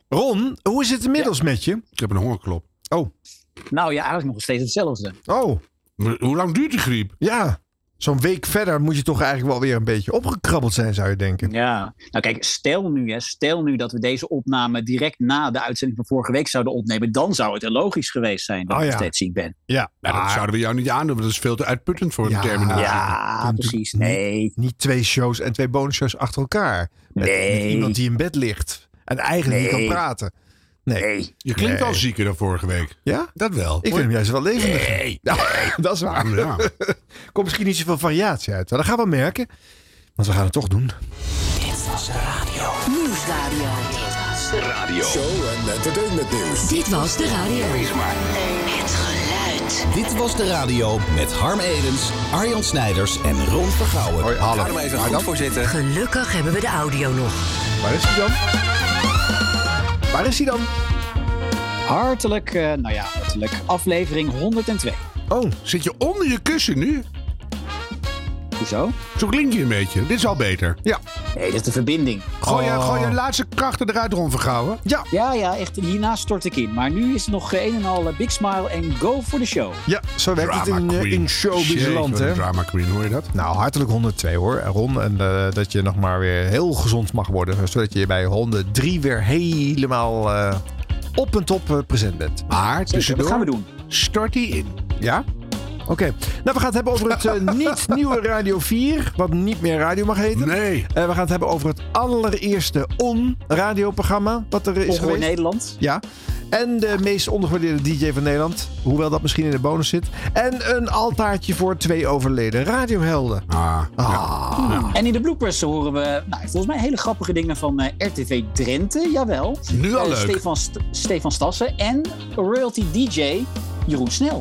Ron, hoe is het inmiddels met je? Ik heb een hongerklop. Oh. Nou ja, eigenlijk nog steeds hetzelfde. Oh. Maar hoe lang duurt die griep? Ja. Zo'n week verder moet je toch eigenlijk wel weer een beetje opgekrabbeld zijn, zou je denken. Ja. Nou kijk, stel nu dat we deze opname direct na de uitzending van vorige week zouden opnemen. Dan zou het heel logisch geweest zijn dat ik nog steeds ziek ben. Ja. Nou, dat zouden we jou niet aandoen, want dat is veel te uitputtend voor een terminaal. Ja, precies. Nee. Niet 2 shows en 2 bonusshows achter elkaar. Met iemand die in bed ligt en eigenlijk niet kan praten. Nee. Je klinkt al zieker dan vorige week. Ja? Dat wel. Ik vind hem juist wel levendig. Nee. Ja, dat is waar. Ja. Komt misschien niet zoveel variatie uit. Maar dat gaan we merken. Want we gaan het toch doen. Dit was de radio. Nieuwsradio. Dit was de radio. Show en entertainment nieuws. Dit was de radio. Het geluid. Dit was de radio met Harm Edens, Arjan Snijders en Ron Vergouwen. Hoi, Ga er maar even goed voor zitten. Gelukkig hebben we de audio nog. Waar is hij dan? Waar is hij dan? Hartelijk, aflevering 102. Oh, zit je onder je kussen nu? Hoezo? Zo klink je een beetje. Dit is al beter. Ja. Nee, dat is de verbinding. Gooi je laatste krachten eruit, Ron Vergouwen? Ja, echt. Hierna stort ik in. Maar nu is het nog een en al big smile en go for the show. Ja, zo werkt het in showbizland, hè? Drama queen, hoor je dat? Nou, hartelijk 102 hoor, Ron. En dat je nog maar weer heel gezond mag worden. Zodat je bij 103 weer helemaal op en top present bent. Maar tussendoor, dat gaan we doen. Stort die in. Ja? Oké. Nou, we gaan het hebben over het niet nieuwe Radio 4. Wat niet meer radio mag heten. Nee. We gaan het hebben over het allereerste radioprogramma wat er is Ongehoord geweest. Nederland. Ja. En de meest ondergewaardeerde DJ van Nederland. Hoewel dat misschien in de bonus zit. En een altaartje voor 2 overleden radiohelden. En in de bloopers horen we volgens mij hele grappige dingen van RTV Drenthe. Jawel. Nu al leuk. Stefan Stassen en royalty DJ Jeroen Snel.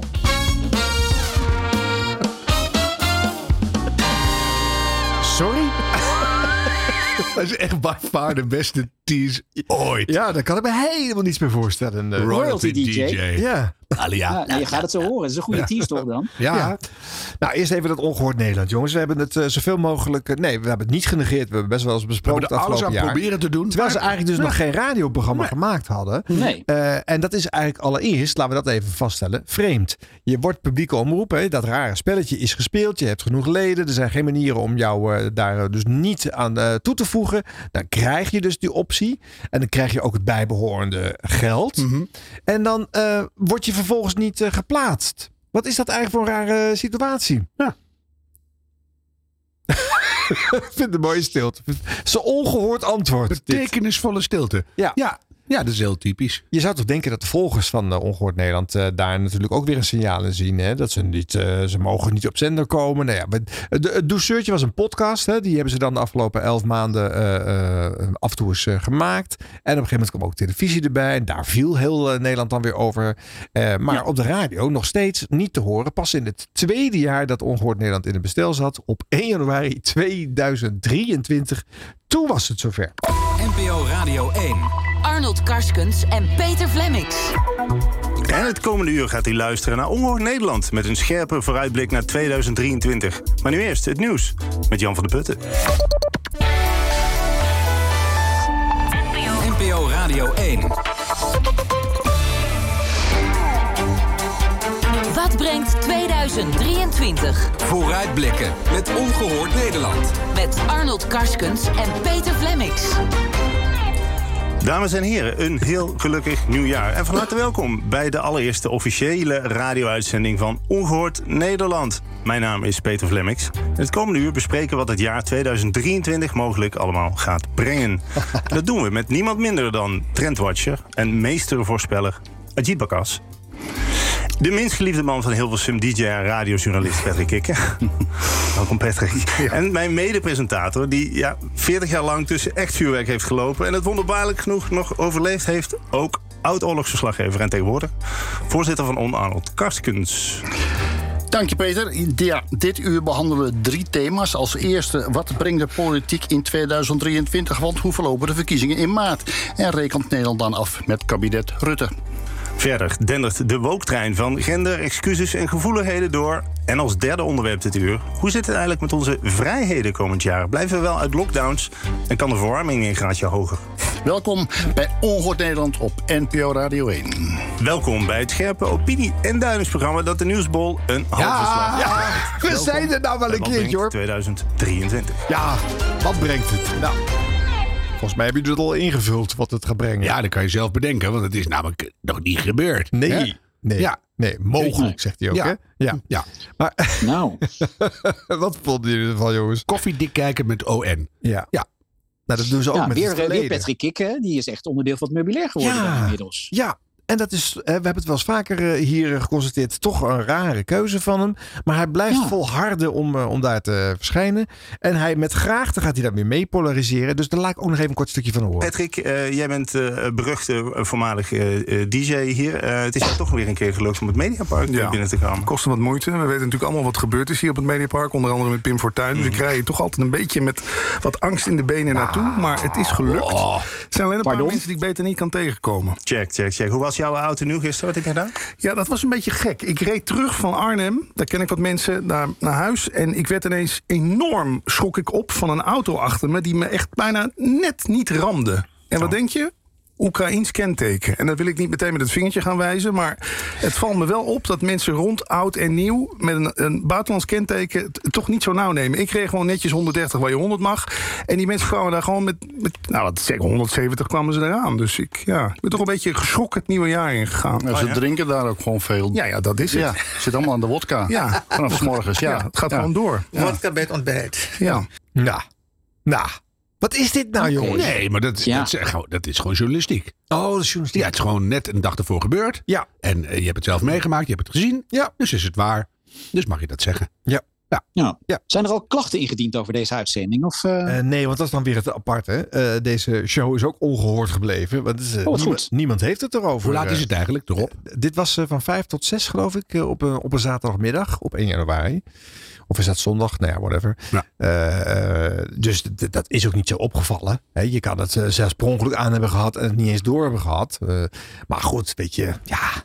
Sorry? Dat is echt by far de beste tease ooit. Ja, daar kan ik me helemaal niets meer voorstellen. Royalty DJ. Ja. Alia. Je gaat het zo horen. Dat is een goede tease toch dan? Ja. Nou, eerst even dat ongehoord Nederland, jongens. We hebben het zoveel mogelijk... Nee, we hebben het niet genegeerd. We hebben best wel eens besproken We hebben er alles aan proberen te doen. Terwijl ze eigenlijk dus nog geen radioprogramma gemaakt hadden. Nee. En dat is eigenlijk allereerst, laten we dat even vaststellen, vreemd. Je wordt publieke omroep. Hè? Dat rare spelletje is gespeeld. Je hebt genoeg leden. Er zijn geen manieren om jou daar dus niet aan toe te voegen. Dan krijg je dus die optie. En dan krijg je ook het bijbehorende geld. Mm-hmm. En dan word je vervolgens niet geplaatst. Wat is dat eigenlijk voor een rare situatie? Ja. Ik vind het een mooie stilte. Zo'n ongehoord antwoord. Betekenisvolle stilte. Ja, dat is heel typisch. Je zou toch denken dat de volgers van Ongehoord Nederland daar natuurlijk ook weer een signaal in zien. Hè? Dat ze mogen niet op zender komen. Nou ja, het douceurtje was een podcast. Hè? Die hebben ze dan de afgelopen 11 maanden af en toe eens gemaakt. En op een gegeven moment kwam ook televisie erbij. En daar viel heel Nederland dan weer over. Maar op de radio nog steeds niet te horen. Pas in het 2e jaar dat Ongehoord Nederland in het bestel zat. Op 1 januari 2023. Toen was het zover. NPO Radio 1. Arnold Karskens en Peter Vlemmix. En het komende uur gaat u luisteren naar Ongehoord Nederland met een scherpe vooruitblik naar 2023. Maar nu eerst het nieuws met Jan van der Putten. NPO Radio 1. Wat brengt 2023? Vooruitblikken met Ongehoord Nederland. Met Arnold Karskens en Peter Vlemmix. Dames en heren, een heel gelukkig nieuwjaar. En van harte welkom bij de allereerste officiële radio-uitzending van Ongehoord Nederland. Mijn naam is Peter Vlemmix. In het komende uur bespreken we wat het jaar 2023 mogelijk allemaal gaat brengen. Dat doen we met niemand minder dan trendwatcher en meestervoorspeller Ajit Bakas. De minst geliefde man van Hilversum, DJ en radiojournalist Patrick Kikker. Welkom Patrick. Ja. En mijn medepresentator die 40 jaar lang tussen echt vuurwerk heeft gelopen... en het wonderbaarlijk genoeg nog overleefd heeft. Ook oud-oorlogsverslaggever en tegenwoordig voorzitter van On, Arnold Karskens. Dank je, Peter. Ja, dit uur behandelen we 3 thema's. Als eerste, wat brengt de politiek in 2023? Want hoe verlopen de verkiezingen in maart? En rekent Nederland dan af met kabinet Rutte? Verder dendert de woke-trein van gender, excuses en gevoeligheden door. En als derde onderwerp dit uur, hoe zit het eigenlijk met onze vrijheden komend jaar? Blijven we wel uit lockdowns en kan de verwarming een graadje hoger? Welkom bij Ongehoord Nederland op NPO Radio 1. Welkom bij het scherpe opinie- en duidelijksprogramma dat de Nieuwsbol een halve slag Ja, we zijn er nou wel een keertje, hoor. 2023. Ja, wat brengt het? Nou, volgens mij hebben jullie het al ingevuld wat het gaat brengen. Ja, dat kan je zelf bedenken, want het is namelijk nog niet gebeurd. Nee. Hè? Nee. Ja. Nee, mogelijk, zegt hij ook, Ja. hè? Ja. Ja. Maar Nou, wat vonden jullie ervan, jongens? Koffiedik kijken met ON. Ja. Ja. Nou, dat doen ze ook met het weer verleden. Patrick Kikke. Die is echt onderdeel van het meubilair geworden Ja. inmiddels. Ja, en dat is, we hebben het wel eens vaker hier geconstateerd, toch een rare keuze van hem. Maar hij blijft volharden om daar te verschijnen. En met graagte gaat hij daar weer mee polariseren. Dus daar laat ik ook nog even een kort stukje van horen. Patrick, jij bent beruchte voormalig DJ hier. Het is jou toch weer een keer gelukt om het Mediapark binnen te gaan. Kostte wat moeite. We weten natuurlijk allemaal wat gebeurd is hier op het Mediapark. Onder andere met Pim Fortuyn. Dus ik rij hier toch altijd een beetje met wat angst in de benen naartoe. Maar het is gelukt. Er zijn alleen een paar mensen die ik beter niet kan tegenkomen. Check. Hoe was jouw oud en nieuw gisteren? Wat heb je gedaan? Ja, dat was een beetje gek. Ik reed terug van Arnhem. Daar ken ik wat mensen naar huis. En ik werd ineens enorm, schrok ik op van een auto achter me die me echt bijna net niet ramde. En wat denk je? Oekraïens kenteken. En daar wil ik niet meteen met het vingertje gaan wijzen. Maar het valt me wel op dat mensen rond oud en nieuw met een buitenlands kenteken het toch niet zo nauw nemen. Ik kreeg gewoon netjes 130 waar je 100 mag. En die mensen kwamen daar gewoon met nou, wat zeg, 170 kwamen ze eraan. Dus ik ben toch een beetje geschrokken het nieuwe jaar ingegaan. Nou, ze drinken daar ook gewoon veel. Ja, dat is het. Ja, zit allemaal aan de wodka. Ja. Vanaf 's morgens. Ja. Het gaat gewoon door. Wodka bij het ontbijt. Ja. Nou. Wat is dit nou, jongens? Nee, maar dat is gewoon journalistiek. Oh, dat is journalistiek. Ja, het is gewoon net een dag ervoor gebeurd. Ja. En je hebt het zelf meegemaakt, je hebt het gezien. Ja. Dus is het waar. Dus mag je dat zeggen. Ja. Ja. Zijn er al klachten ingediend over deze uitzending? Of, Nee, want dat is dan weer het aparte. Deze show is ook ongehoord gebleven. Want niemand heeft het erover. Hoe laat is het eigenlijk erop? Dit was van 5 tot 6 geloof ik. Op een zaterdagmiddag op 1 januari. Of is dat zondag? Nou ja, whatever. Ja. Dus dat is ook niet zo opgevallen. Je kan het zelfs per ongeluk aan hebben gehad en het niet eens door hebben gehad. Maar goed, weet je,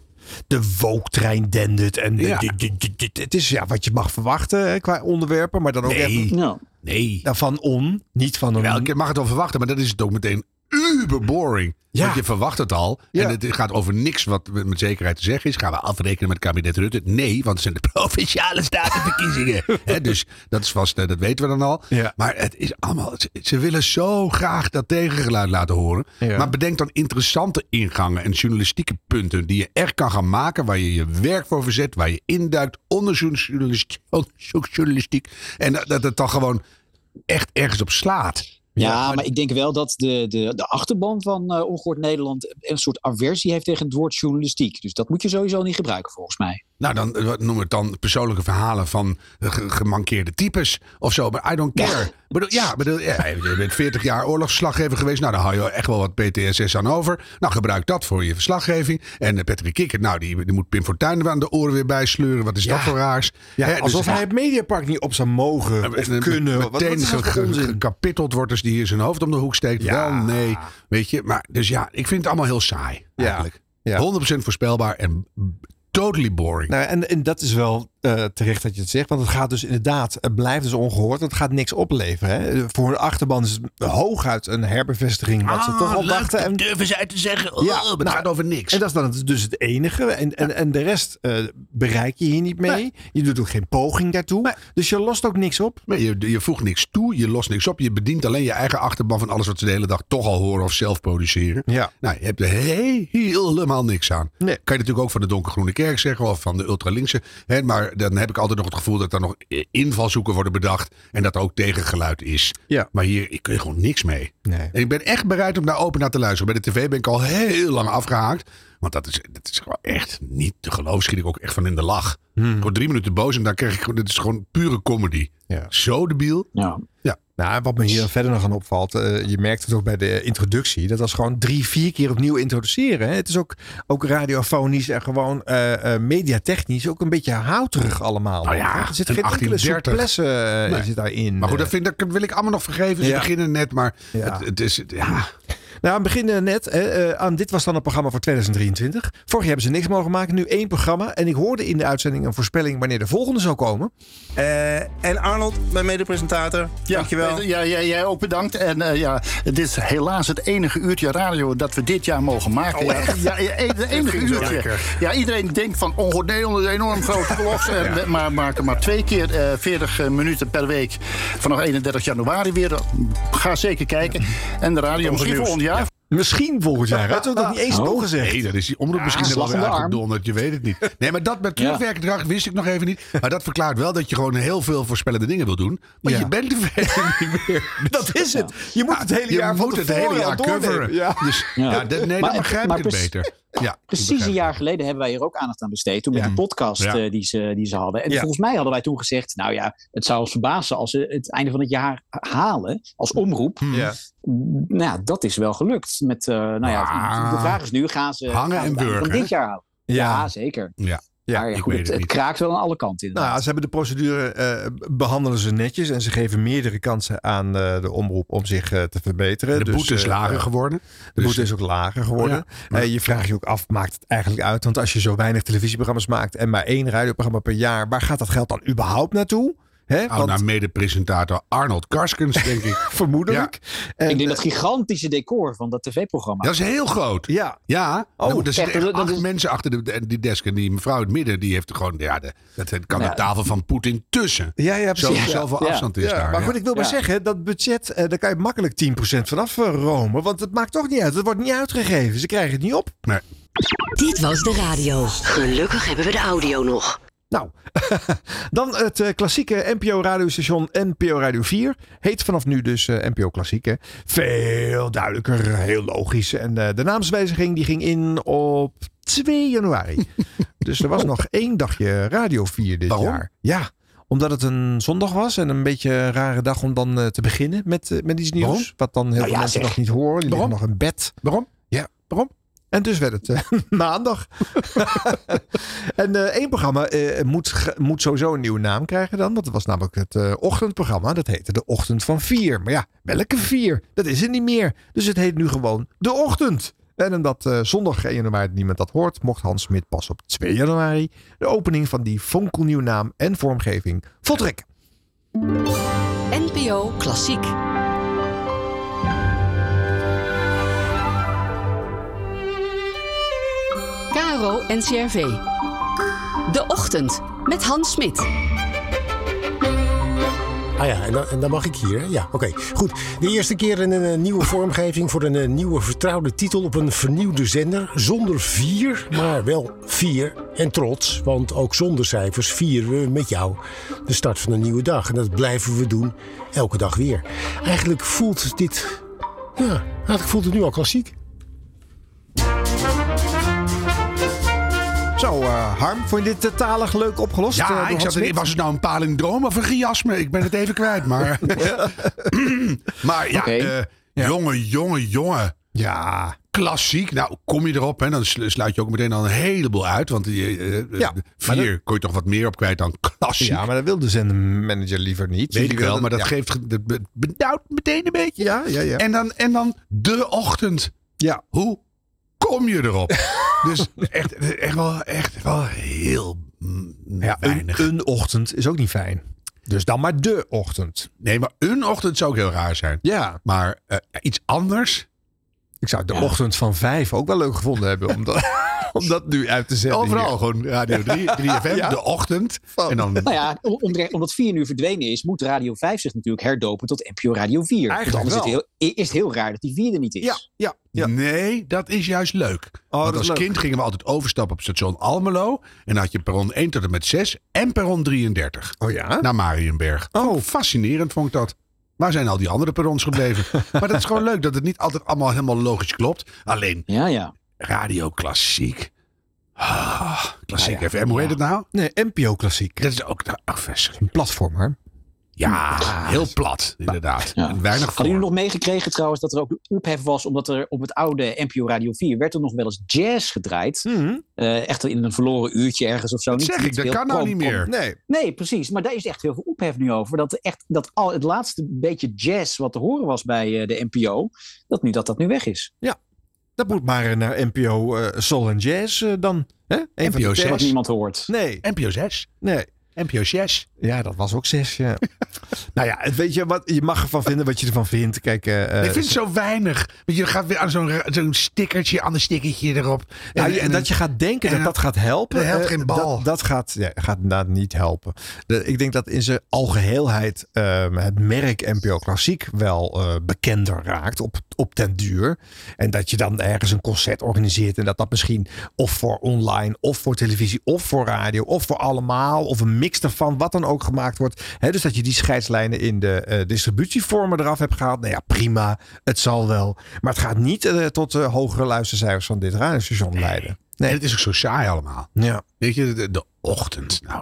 de woke-trein dendert. En het is wat je mag verwachten qua onderwerpen. Maar dan ook Nee. Van niet van een... Wel, ik mag het wel verwachten, maar dat is het ook meteen uber boring. Ja. Want je verwacht het al. Ja. En het gaat over niks wat met zekerheid te zeggen is. Gaan we afrekenen met het kabinet Rutte? Nee, want het zijn de provinciale statenverkiezingen. Dus dat is vast, dat weten we dan al. Ja. Maar het is allemaal... Ze willen zo graag dat tegengeluid laten horen. Ja. Maar bedenk dan interessante ingangen en journalistieke punten die je echt kan gaan maken. Waar je je werk voor verzet. Waar je induikt. Onderzoeksjournalistiek. En dat het dan gewoon echt ergens op slaat. Ja, maar ik denk wel dat de achterban van Ongehoord Nederland een soort aversie heeft tegen het woord journalistiek. Dus dat moet je sowieso niet gebruiken volgens mij. Nou, dan noem het dan persoonlijke verhalen van gemankeerde types of zo. Maar I don't care. Je bent 40 jaar oorlogsverslaggever geweest. Nou, daar hou je echt wel wat PTSS aan over. Nou, gebruik dat voor je verslaggeving. En Patrick Kikker, nou, die moet Pim Fortuyn aan de oren weer bijsleuren. Wat is dat voor raars? Ja, alsof hij het Mediapark niet op zou mogen of kunnen. Meteen gekapitteld wordt als die zijn hoofd om de hoek steekt. Ja. Wel, nee. Weet je, maar dus ik vind het allemaal heel saai eigenlijk. Ja. 100% voorspelbaar en totally boring. Nou, en dat is wel terecht dat je het zegt. Want het gaat dus inderdaad, het blijft dus ongehoord. Het gaat niks opleveren. Hè. Voor de achterban is het hooguit een herbevestiging. Wat ze toch al dachten. En durven zij te zeggen. Het gaat over niks. En dat is dan dus het enige. En de rest bereik je hier niet mee. Nee. Je doet ook geen poging daartoe. Nee. Dus je lost ook niks op. Nee, je voegt niks toe. Je lost niks op. Je bedient alleen je eigen achterban van alles wat ze de hele dag toch al horen of zelf produceren. Ja. Nou, je hebt er helemaal niks aan. Nee. Kan je natuurlijk ook van de Donkergroene Kerk zeggen. Of van de ultralinkse. Maar dan heb ik altijd nog het gevoel dat er nog invalshoeken worden bedacht. En dat er ook tegengeluid is. Ja. Maar hier kun je gewoon niks mee. Nee. En ik ben echt bereid om daar open naar te luisteren. Bij de tv ben ik al heel lang afgehaakt. Want dat is gewoon echt niet te geloven. Schiet ik ook echt van in de lach. Ik word 3 minuten boos en dan krijg ik dit is gewoon pure comedy. Ja. Zo debiel. Ja. Nou, wat me hier verder nog aan opvalt, je merkt het ook bij de introductie, dat was gewoon 3-4 keer opnieuw introduceren. Hè? Het is ook radiofonisch en gewoon mediatechnisch ook een beetje houterig allemaal. Nou ja, er zit geen enkele souplesse zit daarin. Maar goed, dat wil ik allemaal nog vergeven. Ze beginnen net, maar het is... Ja. Nou, we beginnen net. Dit was dan een programma voor 2023. Vorig jaar hebben ze niks mogen maken. Nu 1 programma. En ik hoorde in de uitzending een voorspelling wanneer de volgende zou komen. En Arnold, mijn medepresentator. Dankjewel. Ja, jij ook bedankt. En dit is helaas het enige uurtje radio dat we dit jaar mogen maken. Het enige uurtje. Ja, iedereen denkt van Ongehoord Nederland is een enorm grote belofte. Maar maken maar 2 keer 40 minuten per week vanaf 31 januari weer. Ga zeker kijken. En de radio misschien volgend jaar. Misschien volgend jaar. Had we dat niet eens nog gezegd? Nee, dat is die omroep misschien wel weer uitgedonderd. Je weet het niet. Nee, maar dat met terugwerkende kracht wist ik nog even niet. Maar dat verklaart wel dat je gewoon heel veel voorspellende dingen wil doen. Maar je bent er verder niet meer. Dat is het. Je moet het hele jaar van tevoren coveren. Ja. Dus dan begrijp ik het beter. Ja, precies een jaar geleden hebben wij hier ook aandacht aan besteed. Toen met de podcast die ze hadden. En volgens mij hadden wij toen gezegd... Nou ja, het zou ons verbazen als ze het einde van het jaar halen. Als omroep. Nou, dat is wel gelukt. Met, de vraag is nu, gaan ze hangen van dit jaar halen? Ja, zeker. Ja. Ja, maar goed, het kraakt wel aan alle kanten inderdaad. Nou, ze hebben de procedure behandelen ze netjes. En ze geven meerdere kansen aan de omroep om zich te verbeteren. De boete is lager geworden. De boete is ook lager geworden. Je vraagt je ook af, maakt het eigenlijk uit? Want als je zo weinig televisieprogramma's maakt en maar 1 radioprogramma per jaar, waar gaat dat geld dan überhaupt naartoe? Naar mede-presentator Arnold Karskens, denk ik. Vermoedelijk. Ja. Ik denk dat gigantische decor van dat tv-programma. Dat is heel groot. Ja. Er zitten echt 8 mensen achter die desk. En die mevrouw in het midden, die heeft gewoon... dat kan de tafel van Poetin tussen. Ja, precies. Zoveel afstand is daar. Maar goed, ik wil maar zeggen, dat budget, daar kan je makkelijk 10% vanaf romen. Want het maakt toch niet uit. Het wordt niet uitgegeven. Ze krijgen het niet op. Nee. Dit was de radio. Gelukkig hebben we de audio nog. Nou, dan het klassieke NPO-radiostation NPO Radio 4. Heet vanaf nu dus NPO Klassiek. Hè. Veel duidelijker, heel logisch. En de naamswijziging die ging in op 2 januari. Dus er was nog 1 dagje Radio 4 dit jaar. Ja, omdat het een zondag was en een beetje een rare dag om dan te beginnen met iets nieuws. Waarom? Wat dan heel veel mensen nog niet horen. Die liggen nog in bed. Waarom? Ja, waarom? En dus werd het maandag. En 1 programma moet sowieso een nieuwe naam krijgen dan. Want het was namelijk het ochtendprogramma. Dat heette De Ochtend van 4. Maar ja, welke 4? Dat is het niet meer. Dus het heet nu gewoon De Ochtend. En omdat zondag 1 januari niemand dat hoort, mocht Hans Smit pas op 2 januari de opening van die fonkelnieuwe naam en vormgeving voltrekken. NPO Klassiek. KRO NCRV. De Ochtend met Hans Smit. Ah ja, en dan mag ik hier. Ja, oké. Goed. De eerste keer een nieuwe vormgeving voor een nieuwe vertrouwde titel op een vernieuwde zender. Zonder 4, maar wel 4 en trots. Want ook zonder cijfers vieren we met jou de start van een nieuwe dag. En dat blijven we doen elke dag weer. Eigenlijk voelt dit... Ja, eigenlijk voelt het nu al klassiek. Zo, Harm, vond je dit talig leuk opgelost? Ja, was het nou een palindroom of een chiasme? Ik ben het even kwijt, maar... maar ja, jongen. Ja, klassiek. Nou, kom je erop, hè, dan sluit je ook meteen al een heleboel uit. Want 4 kon je toch wat meer op kwijt dan klassiek. Ja, maar dat wil de zendermanager liever niet. Weet ik wel, maar dat geeft benauwd meteen een beetje. Ja. En dan De Ochtend. Ja. Hoe kom je erop? Dus echt wel heel weinig. Een ochtend is ook niet fijn. Dus dan maar De Ochtend. Nee, maar een ochtend zou ook heel raar zijn. Ja. Maar iets anders. Ik zou De Ochtend van 5 ook wel leuk gevonden hebben. Om dat nu uit te zetten. Overal gewoon Radio 3FM, De Ochtend. En dan... Nou ja, omdat 4 nu verdwenen is, moet Radio 5 zich natuurlijk herdopen tot NPO Radio 4. Eigenlijk want anders is het heel raar dat die 4 er niet is. Ja. Nee, dat is juist leuk. Want als kind gingen we altijd overstappen op station Almelo. En dan had je perron 1 tot en met 6 en perron 33. Oh ja? Naar Mariënberg. Fascinerend vond ik dat. Waar zijn al die andere perrons gebleven? Maar dat is gewoon leuk dat het niet altijd allemaal helemaal logisch klopt. Alleen Radio Klassiek. Klassiek FM, hoe heet het nou? Nee, NPO Klassiek. Dat is ook een platform, hè? Ja, heel plat, inderdaad. Ja. En weinig Hadden jullie nog meegekregen trouwens dat er ook ophef was, omdat er op het oude NPO Radio 4 werd er nog wel eens jazz gedraaid. Echt in een verloren uurtje ergens of zo. Dat kan nou niet meer. Nee, precies. Maar daar is echt heel veel ophef nu over. Het laatste beetje jazz wat te horen was bij de NPO, dat nu weg is. Ja, dat moet maar naar NPO Soul en Jazz dan. Hè? NPO 6. Wat niemand hoort. Nee. NPO 6? Nee. NPO 6. Ja, dat was ook 6, ja. Nou ja, weet je wat? Je mag ervan vinden wat je ervan vindt. Kijk, ik vind het zo weinig. Want je gaat weer aan zo'n stickertje, ander stickertje erop. En dat je gaat denken dat gaat helpen. Dat helpt geen bal. Dat gaat inderdaad niet helpen. Ik denk dat in zijn algeheelheid het merk NPO Klassiek wel bekender raakt op den duur. En dat je dan ergens een concert organiseert en dat misschien of voor online, of voor televisie, of voor radio, of voor allemaal, of een mix daarvan, wat dan ook gemaakt wordt. Dus dat je die scheidslijnen in de distributievormen eraf hebt gehaald. Nou ja, prima. Het zal wel. Maar het gaat niet tot hogere luistercijfers van dit radiostation leiden. Nee, het is ook zo saai allemaal. Ja. Weet je, de ochtend. Nou,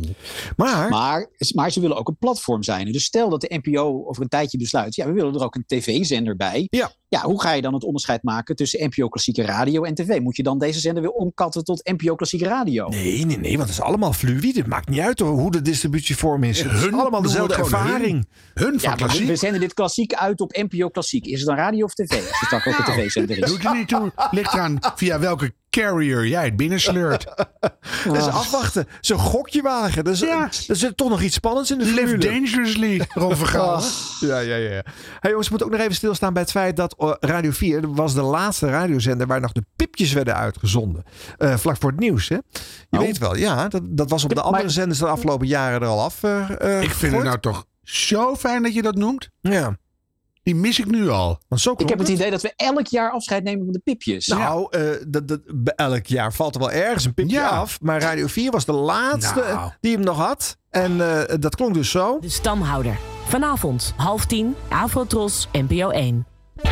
Maar ze willen ook een platform zijn. Dus stel dat de NPO over een tijdje besluit, we willen er ook een tv-zender bij. Ja, hoe ga je dan het onderscheid maken tussen NPO Klassieke Radio en tv? Moet je dan deze zender weer omkatten tot NPO Klassieke Radio? Nee, want het is allemaal fluïde. Het maakt niet uit hoe de distributievorm is. Het is allemaal dezelfde ervaring. We zenden dit klassiek uit op NPO Klassiek. Is het dan radio of tv? Als het straks ook een tv-zender is. Doet er niet toe. Ligt eraan via welke carrier jij het binnensleurt. Dat is afwachten. Zo'n gokje wagen. Er zit toch nog iets spannends in de Live formule. Dangerously, Ron Vergaal. Ja. Hey jongens, we moeten ook nog even stilstaan bij het feit dat Radio 4 was de laatste radiozender waar nog de pipjes werden uitgezonden. Vlak voor het nieuws. Hè? Je weet wel, dat was op de andere zenders de afgelopen jaren er al af. Ik vind het nou toch zo fijn dat je dat noemt. Ja. Die mis ik nu al. Ik heb het idee dat we elk jaar afscheid nemen van de pipjes. Nou, elk jaar valt er wel ergens een pipje af. Maar Radio 4 was de laatste die hem nog had. En dat klonk dus zo. De Stamhouder. Vanavond 9:30, Afrotros, NPO 1.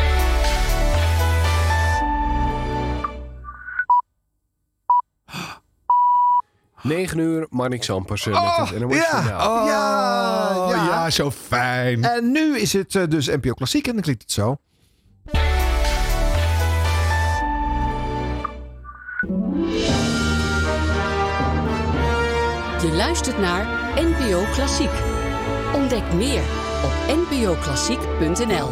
...9 Marnix Ampersen met het NOS Journaal. Ja, zo fijn. En nu is het dus NPO Klassiek en dan klinkt het zo. Je luistert naar NPO Klassiek. Ontdek meer op npoklassiek.nl.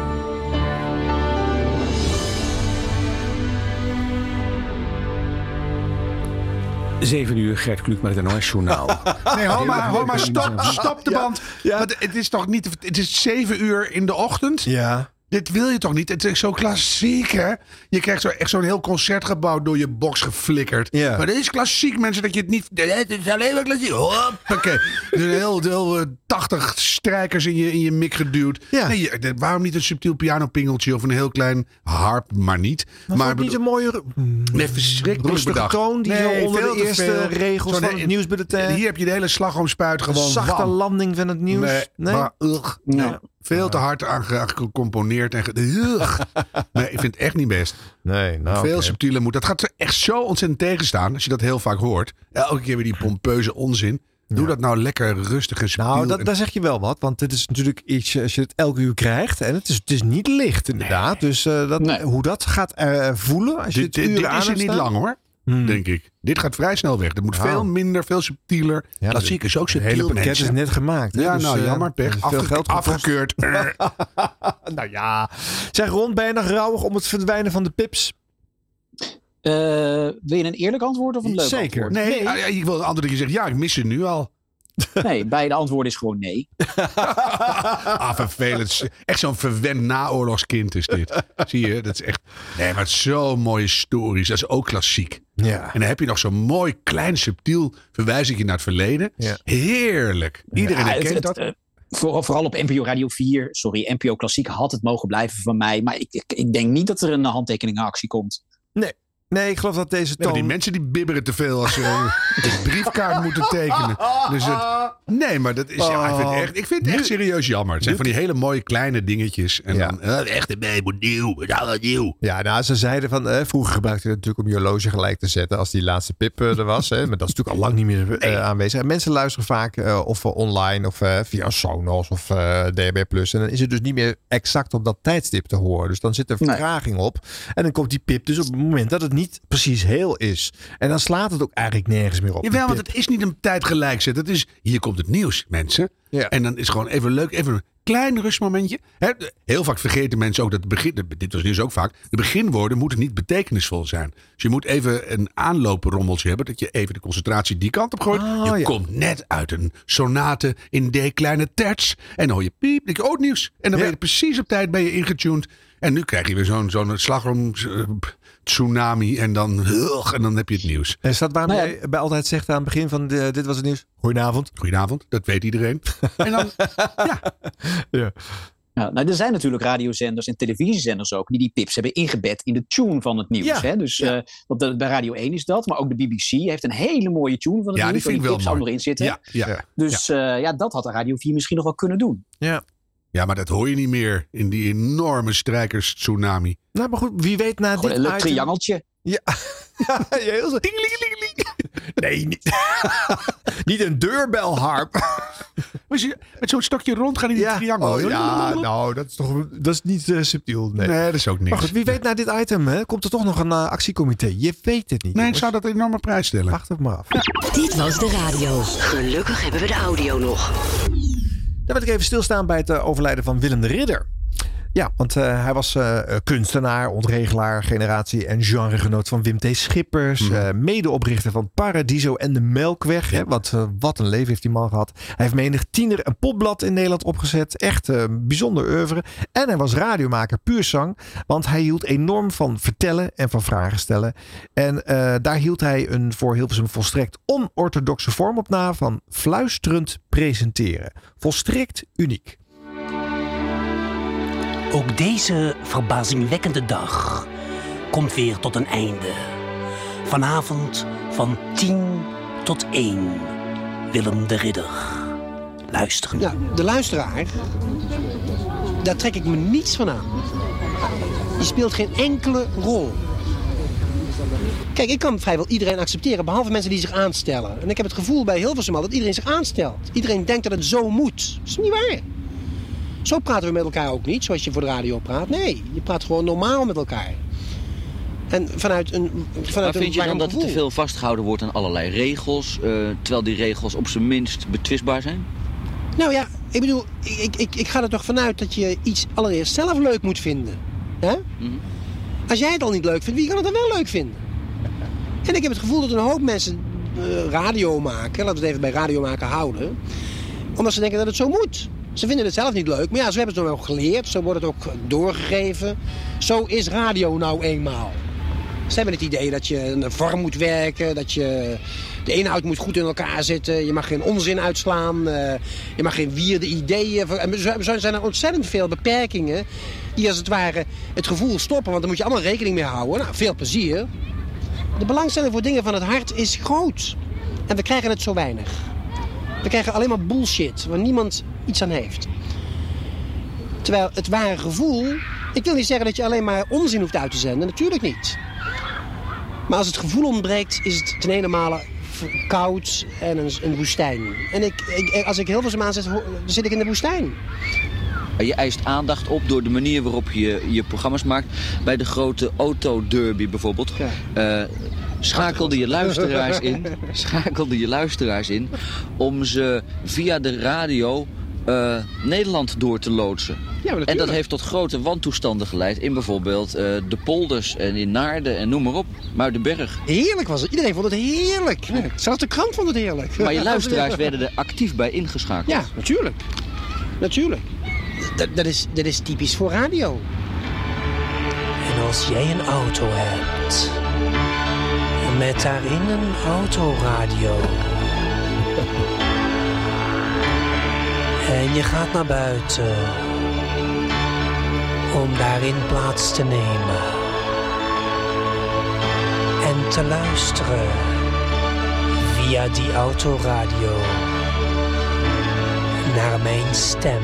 Zeven uur, Gert Kluk met het NOS-journaal. Nee, ho maar, stop de band. Ja. Want het is toch niet... Het is 7 uur in de ochtend. Ja. Dit wil je toch niet? Het is zo klassiek, hè? Je krijgt echt zo'n heel concertgebouw door je box geflikkerd. Ja. Maar dit is klassiek, mensen, dat je het niet... Het is alleen maar klassiek. Hoppakee. Dus heel 80 strijkers in je mik geduwd. Ja. Nee, waarom niet een subtiel pianopingeltje of een heel klein harp, maar niet. Maar niet een mooie... verschrikkelijk bedacht. Toon die zo onder de eerste regels van het nieuwsbulletin. Hier heb je de hele slagroomspuit gewoon. Een zachte landing van het nieuws. Nee. Maar, veel te hard aan gecomponeerd. Nee, ik vind het echt niet best. Nee, veel subtieler moet. Dat gaat er echt zo ontzettend tegenstaan. Als je dat heel vaak hoort. Elke keer weer die pompeuze onzin. Doe dat nou lekker rustig en subtiel. Nou, daar zeg je wel wat. Want het is natuurlijk iets als je het elke uur krijgt. En het is niet licht inderdaad. Nee. Dus hoe dat gaat voelen. Als je dit is er niet lang hoor. Denk ik. Dit gaat vrij snel weg. Dat moet veel minder, veel subtieler. Ja, dat zie ik is ook subtiel. Het hele pakket is net gemaakt. Hè? Ja, dus, jammer. Pech. Veel geld afgekeurd. Nou ja. Zeg Ron, ben je nog rouwig om het verdwijnen van de pips? Wil je een eerlijk antwoord of een leuk antwoord? Nee, ik wil een antwoord dat je zegt, ik mis ze nu al. Nee, beide antwoorden is gewoon nee. Vervelend. Echt zo'n verwend naoorlogskind is dit. Zie je? Dat is echt... Nee, maar het is zo'n mooie stories. Dat is ook klassiek. Ja. En dan heb je nog zo'n mooi, klein, subtiel verwijzingje naar het verleden. Ja. Heerlijk. Iedereen herkent dat. Vooral op NPO Radio 4. Sorry, NPO Klassiek had het mogen blijven van mij. Maar ik denk niet dat er een handtekeningactie komt. Nee. Nee, ik geloof dat deze toon... die mensen die bibberen te veel als ze de briefkaart moeten tekenen. Dus nee, maar dat is... ik vind het echt serieus jammer. Het zijn van die hele mooie kleine dingetjes. En dan echt nieuw. Ja, nou, ze zeiden van... vroeger gebruikte je het natuurlijk om je horloge gelijk te zetten... als die laatste pip er was. Hè, maar dat is natuurlijk al lang niet meer aanwezig. En mensen luisteren vaak of online of via Sonos of DHB+. En dan is het dus niet meer exact op dat tijdstip te horen. Dus dan zit er vertraging op. En dan komt die pip dus op het moment dat het niet precies heel is. En dan slaat het ook eigenlijk nergens meer op. Jawel, want het is niet een tijd gelijk zetten. Het is, hier komt het nieuws, mensen. Ja. En dan is gewoon even leuk, even een klein rustmomentje. Heel vaak vergeten mensen ook dat dit was nieuws ook vaak. De beginwoorden moeten niet betekenisvol zijn. Dus je moet even een aanlooprommeltje hebben. Dat je even de concentratie die kant op gooit. Je komt net uit een sonate in D kleine terts. En dan hoor je piep, denk je, nieuws. En dan ben je precies op tijd ingetuned. En nu krijg je weer zo'n slagroom tsunami en dan heb je het nieuws. En is dat waarom jij bij altijd zegt aan het begin van dit was het nieuws? Goedenavond. Goedenavond, dat weet iedereen. En dan, Ja, nou, er zijn natuurlijk radiozenders en televisiezenders ook die pips hebben ingebed in de tune van het nieuws. Ja. Hè? Dus want bij Radio 1 is dat, maar ook de BBC heeft een hele mooie tune van het nieuws. Die vind ik wel pips ook nog in zitten. Dus dat had Radio 4 misschien nog wel kunnen doen. Ja, maar dat hoor je niet meer in die enorme strijkers-tsunami. Nou, maar goed, wie weet na dit een triangeltje. Ja, heel zo. Nee, niet een deurbelharp. Met zo'n stokje rond gaan in die triangel. Nou, dat is niet subtiel. Nee, dat is ook niks. Maar goed, wie weet na dit item, komt er toch nog een actiecomité? Je weet het niet. Nee, ik zou dat een enorme prijs stellen. Wacht het maar af. Dit was de radio. Gelukkig hebben we de audio nog. Dan wil ik even stilstaan bij het overlijden van Willem de Ridder. Ja, want hij was kunstenaar, ontregelaar, generatie en genregenoot van Wim T. Schippers. Medeoprichter van Paradiso en de Melkweg. Hè, wat een leven heeft die man gehad. Hij heeft menig tiener een popblad in Nederland opgezet. Echt bijzonder oeuvre. En hij was radiomaker puur zang. Want hij hield enorm van vertellen en van vragen stellen. En daar hield hij een voor Hilversum volstrekt onorthodoxe vorm op na van fluisterend presenteren. Volstrekt uniek. Ook deze verbazingwekkende dag komt weer tot een einde. Vanavond van 10 tot 1. Willem de Ridder. Luisteren. Ja, de luisteraar, daar trek ik me niets van aan. Die speelt geen enkele rol. Kijk, ik kan vrijwel iedereen accepteren, behalve mensen die zich aanstellen. En ik heb het gevoel bij Hilversum al dat iedereen zich aanstelt. Iedereen denkt dat het zo moet. Dat is niet waar. Zo praten we met elkaar ook niet, zoals je voor de radio praat. Nee, je praat gewoon normaal met elkaar. En vanuit een vind je dan dat er te veel vastgehouden wordt aan allerlei regels, terwijl die regels op zijn minst betwistbaar zijn? Nou ja, ik bedoel, ik ga er toch vanuit dat je iets allereerst zelf leuk moet vinden. Hè? Mm-hmm. Als jij het al niet leuk vindt, wie kan het dan wel leuk vinden? En ik heb het gevoel dat een hoop mensen radio maken, laten we het even bij radio maken houden, omdat ze denken dat het zo moet. Ze vinden het zelf niet leuk, maar ja, zo hebben ze het nog wel geleerd. Zo wordt het ook doorgegeven. Zo is radio nou eenmaal. Ze hebben het idee dat je een vorm moet werken, dat je de inhoud moet goed in elkaar zitten. Je mag geen onzin uitslaan, je mag geen wierde ideeën. Er zijn er ontzettend veel beperkingen die als het ware het gevoel stoppen. Want daar moet je allemaal rekening mee houden. Nou, veel plezier. De belangstelling voor dingen van het hart is groot. En we krijgen het zo weinig. We krijgen alleen maar bullshit, waar niemand iets aan heeft. Terwijl het ware gevoel... Ik wil niet zeggen dat je alleen maar onzin hoeft uit te zenden. Natuurlijk niet. Maar als het gevoel ontbreekt, is het ten ene male koud en een woestijn. En als ik Hilversum aanzet, dan zit ik in de woestijn. Je eist aandacht op door de manier waarop je je programma's maakt. Bij de grote autoderby bijvoorbeeld. Ja. Schakelde je luisteraars in om ze via de radio Nederland door te loodsen. Ja, en dat heeft tot grote wantoestanden geleid in bijvoorbeeld de polders en in Naarden en noem maar op. Muidenberg. Heerlijk was het. Iedereen vond het heerlijk. Ja. Zelfs de krant vond het heerlijk. Maar je luisteraars werden er actief bij ingeschakeld. Ja, natuurlijk. Natuurlijk. Dat is typisch voor radio. En als jij een auto hebt met daarin een autoradio en je gaat naar buiten om daarin plaats te nemen, te luisteren via die autoradio naar mijn stem.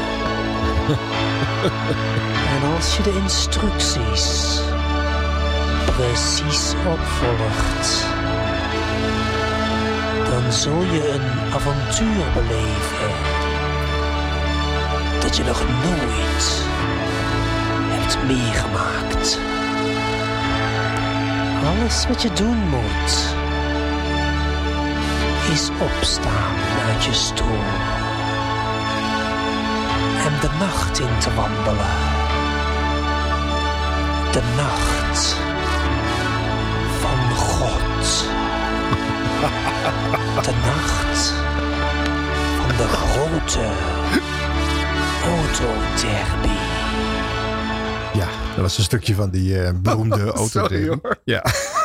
En als je de instructies precies opvolgt, dan zul je een avontuur beleven dat je nog nooit hebt meegemaakt. Alles wat je doen moet, is opstaan uit je stoel en de nacht in te wandelen. De nacht van God. De nacht van de grote autoderby. Ja, dat was een stukje van die beroemde autoderby. Ja.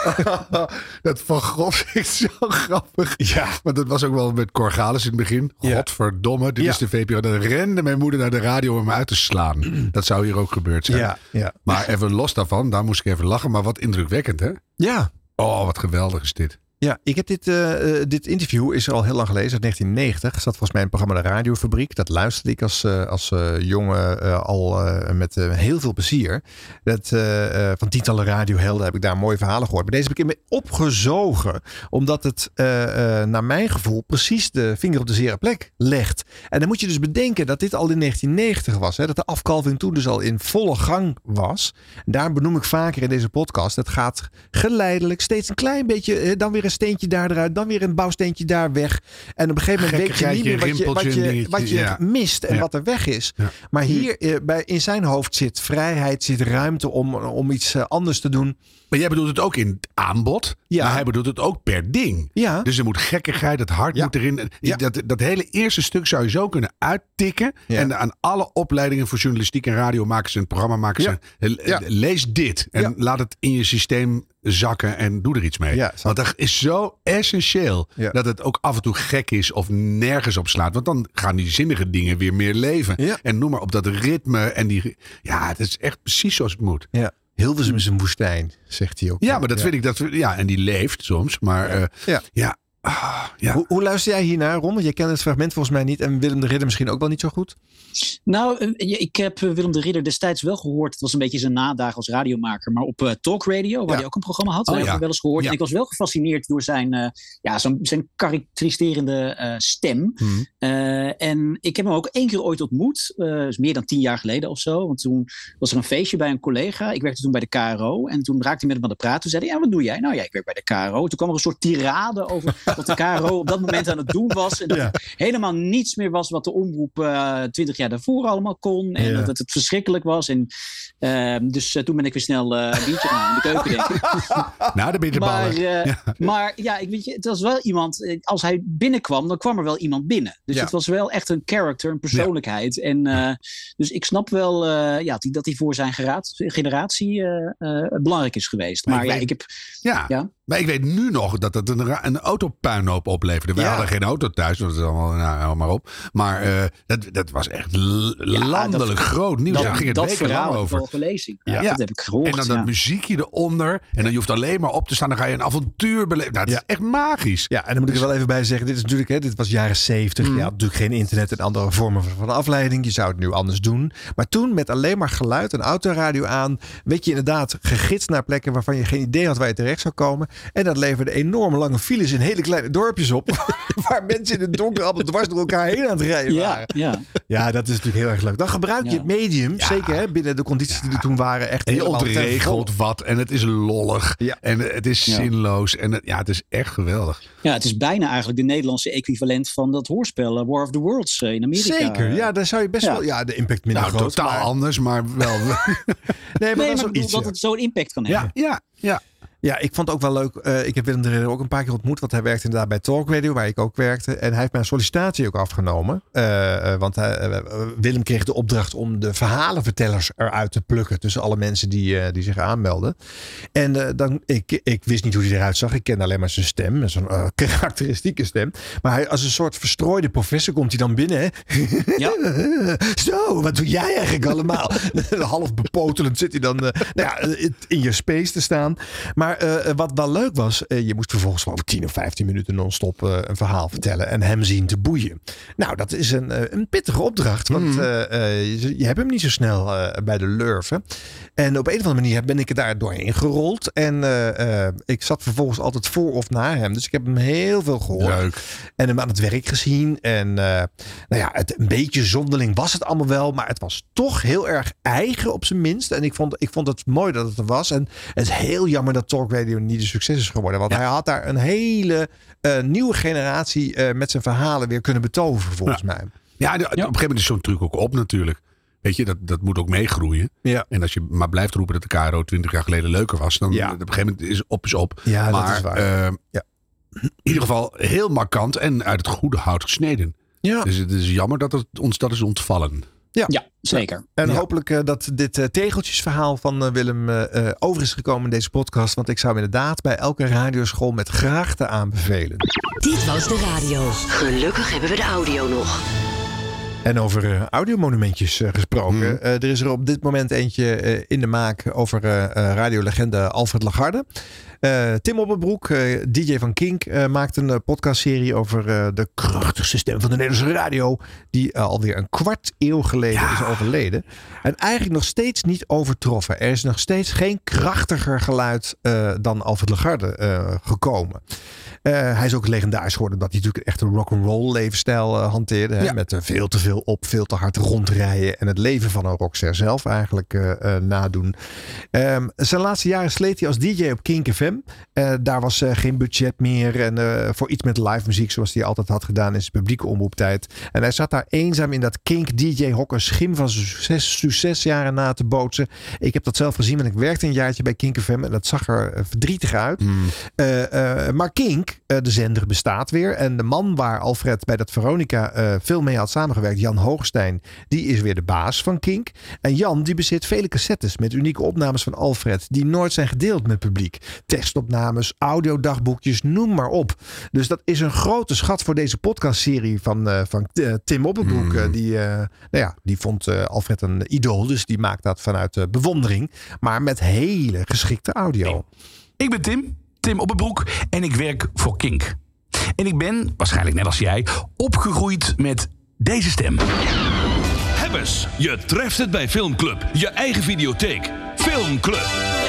Dat van God is zo grappig. Ja. Maar dat was ook wel met Corgalis in het begin. Godverdomme, dit is de VPRO. Dan rende mijn moeder naar de radio om me uit te slaan. Dat zou hier ook gebeurd zijn. Ja. Maar even los daarvan, daar moest ik even lachen. Maar wat indrukwekkend, hè? Ja. Oh, wat geweldig is dit. Ja, ik heb dit interview is er al heel lang geleden, uit 1990. Zat volgens mij in het programma De Radiofabriek. Dat luisterde ik als jongen al met heel veel plezier. Van tientallen radiohelden heb ik daar mooie verhalen gehoord. Maar deze heb ik in me opgezogen. Omdat het naar mijn gevoel precies de vinger op de zere plek legt. En dan moet je dus bedenken dat dit al in 1990 was. Hè, dat de afkalving toen dus al in volle gang was. En daar benoem ik vaker in deze podcast. Het gaat geleidelijk steeds een klein beetje, dan weer een steentje daar eruit, dan weer een bouwsteentje daar weg. En op een gegeven moment weet je niet meer wat je mist en wat er weg is. Ja. Maar hier in zijn hoofd zit vrijheid, zit ruimte om iets anders te doen. Maar jij bedoelt het ook in het aanbod. Ja. Maar hij bedoelt het ook per ding. Ja. Dus er moet gekkigheid, het hart moet erin. Ja. Dat hele eerste stuk zou je zo kunnen uittikken. Ja. En aan alle opleidingen voor journalistiek en radio maken ze een programma. Lees dit. En laat het in je systeem zakken en doe er iets mee. Ja, want dat is zo essentieel. Ja. Dat het ook af en toe gek is of nergens op slaat. Want dan gaan die zinnige dingen weer meer leven. Ja. En noem maar op dat ritme. En het is echt precies zoals het moet. Ja. Hilversum is een woestijn, zegt hij ook. Ja, maar dat vind ik. En die leeft soms. Maar Hoe luister jij hiernaar, Ron? Want jij kent het fragment volgens mij niet. En Willem de Ridder misschien ook wel niet zo goed. Nou, ik heb Willem de Ridder destijds wel gehoord. Het was een beetje zijn nadagen als radiomaker. Maar op Talk Radio, waar hij ook een programma had. Heb ik wel eens gehoord. Ja. En ik was wel gefascineerd door zijn karakteriserende stem. En ik heb hem ook 1 keer ooit ontmoet. Dus meer dan 10 jaar geleden of zo. Want toen was er een feestje bij een collega. Ik werkte toen bij de KRO. En toen raakte hij met hem aan de praat. Toen zei hij, wat doe jij? Nou ja, ik werk bij de KRO. Toen kwam er een soort tirade over wat de KRO op dat moment aan het doen was. En dat het helemaal niets meer was wat de omroep 20 jaar daarvoor allemaal kon. En dat het verschrikkelijk was. En dus toen ben ik weer snel een biertje gaan in de keuken, denk ik. Nou, de bitterballen. Maar weet je, het was wel iemand. Als hij binnenkwam, dan kwam er wel iemand binnen. Dus het was wel echt een character, een persoonlijkheid. En dus ik snap wel dat hij voor zijn generatie belangrijk is geweest. Maar ik heb... Maar ik weet nu nog dat het een autopuinhoop opleverde. We hadden geen auto thuis, dat is allemaal maar op. Maar dat was echt landelijk groot nieuws. Daar ging het wekenlang over. Dat heb ik gehoord. En dan dat muziekje eronder. En dan je hoeft alleen maar op te staan. Dan ga je een avontuur beleven. Nou, dat is echt magisch. Ja, en dan moet ik er wel even bij zeggen. Dit is natuurlijk, dit was jaren 70. Je had natuurlijk geen internet en andere vormen van afleiding. Je zou het nu anders doen. Maar toen met alleen maar geluid en autoradio aan, werd je inderdaad gegidst naar plekken waarvan je geen idee had waar je terecht zou komen. En dat leverde enorme lange files in hele kleine dorpjes op. Waar mensen in het donker allemaal dwars door elkaar heen aan het rijden waren. Ja, dat is natuurlijk heel erg leuk. Dan gebruik je het medium, zeker binnen de condities die er toen waren. Echt heel ontregeld wat. En het is lollig. Ja. En het is zinloos. En het is echt geweldig. Ja, het is bijna eigenlijk de Nederlandse equivalent van dat hoorspel War of the Worlds in Amerika. Zeker, ja, daar zou je best wel... Ja, de impact minder groot. Totaal anders, maar wel... nee, maar ik bedoel dat het zo'n impact kan hebben. Ja. Ja, ik vond het ook wel leuk. Ik heb Willem de Ridder ook een paar keer ontmoet. Want hij werkte inderdaad bij Talk Radio, waar ik ook werkte. En hij heeft mijn sollicitatie ook afgenomen. Want Willem kreeg de opdracht om de verhalenvertellers eruit te plukken. Tussen alle mensen die zich aanmelden. En ik wist niet hoe hij eruit zag. Ik kende alleen maar zijn stem. Zo'n karakteristieke stem. Maar hij, als een soort verstrooide professor komt hij dan binnen. Hè? Ja. Zo, wat doe jij eigenlijk allemaal? Half bepotelend zit hij dan in je space te staan. Maar Maar wat wel leuk was, je moest vervolgens over 10 of 15 minuten non-stop een verhaal vertellen en hem zien te boeien. Nou, dat is een pittige opdracht, want je hebt hem niet zo snel bij de lurven. En op een of andere manier ben ik er daar doorheen gerold. En ik zat vervolgens altijd voor of na hem. Dus ik heb hem heel veel gehoord. Leuk. En hem aan het werk gezien. En het een beetje zonderling was het allemaal wel. Maar het was toch heel erg eigen op zijn minst. En ik vond het mooi dat het er was. En het is heel jammer dat Talk Radio niet een succes is geworden. Want hij had daar een hele nieuwe generatie met zijn verhalen weer kunnen betoveren volgens mij. Ja, op een gegeven moment is zo'n truc ook op natuurlijk. Weet je, dat moet ook meegroeien. Ja. En als je maar blijft roepen dat de KRO 20 jaar geleden leuker was, dan op een gegeven moment is op. Ja, maar, dat is waar. In ieder geval heel markant en uit het goede hout gesneden. Ja. Dus het is jammer dat ons dat is ontvallen. Ja, zeker. En hopelijk dat dit tegeltjesverhaal van Willem over is gekomen in deze podcast. Want ik zou hem inderdaad bij elke radioschool met graagte aanbevelen. Dit was de radio. Gelukkig hebben we de audio nog. En over audiomonumentjes gesproken. Er is er op dit moment eentje in de maak over radiolegende Alfred Lagarde. Tim Opperbroek, DJ van Kink, maakt een podcastserie over de krachtigste stem van de Nederlandse radio. Die alweer een kwart eeuw geleden is overleden. En eigenlijk nog steeds niet overtroffen. Er is nog steeds geen krachtiger geluid dan Alfred Lagarde gekomen. Hij is ook legendarisch geworden omdat hij natuurlijk echt een rock'n'roll levensstijl hanteerde. Hè, met veel te veel op, veel te hard rondrijden. En het leven van een rockster zelf eigenlijk nadoen. Zijn laatste jaren sleet hij als DJ op Kink FM. Daar was geen budget meer. En voor iets met live muziek zoals hij altijd had gedaan in zijn publieke omroeptijd. En hij zat daar eenzaam in dat Kink DJ-hok een schim van succesjaren na te bootsen. Ik heb dat zelf gezien, want ik werkte een jaartje bij Kink FM. En dat zag er verdrietig uit. Maar Kink, de zender, bestaat weer. En de man waar Alfred bij dat Veronica veel mee had samengewerkt, Jan Hoogstein, die is weer de baas van Kink. En Jan die bezit vele cassettes met unieke opnames van Alfred die nooit zijn gedeeld met het publiek. Testopnames, audiodagboekjes, noem maar op. Dus dat is een grote schat voor deze podcastserie van Tim Opperbroek. Die vond Alfred een idool, dus die maakt dat vanuit bewondering. Maar met hele geschikte audio. Ik ben Tim Opperbroek en ik werk voor Kink. En ik ben, waarschijnlijk net als jij, opgegroeid met deze stem. Hebbes, je treft het bij Filmclub. Je eigen videotheek. Filmclub.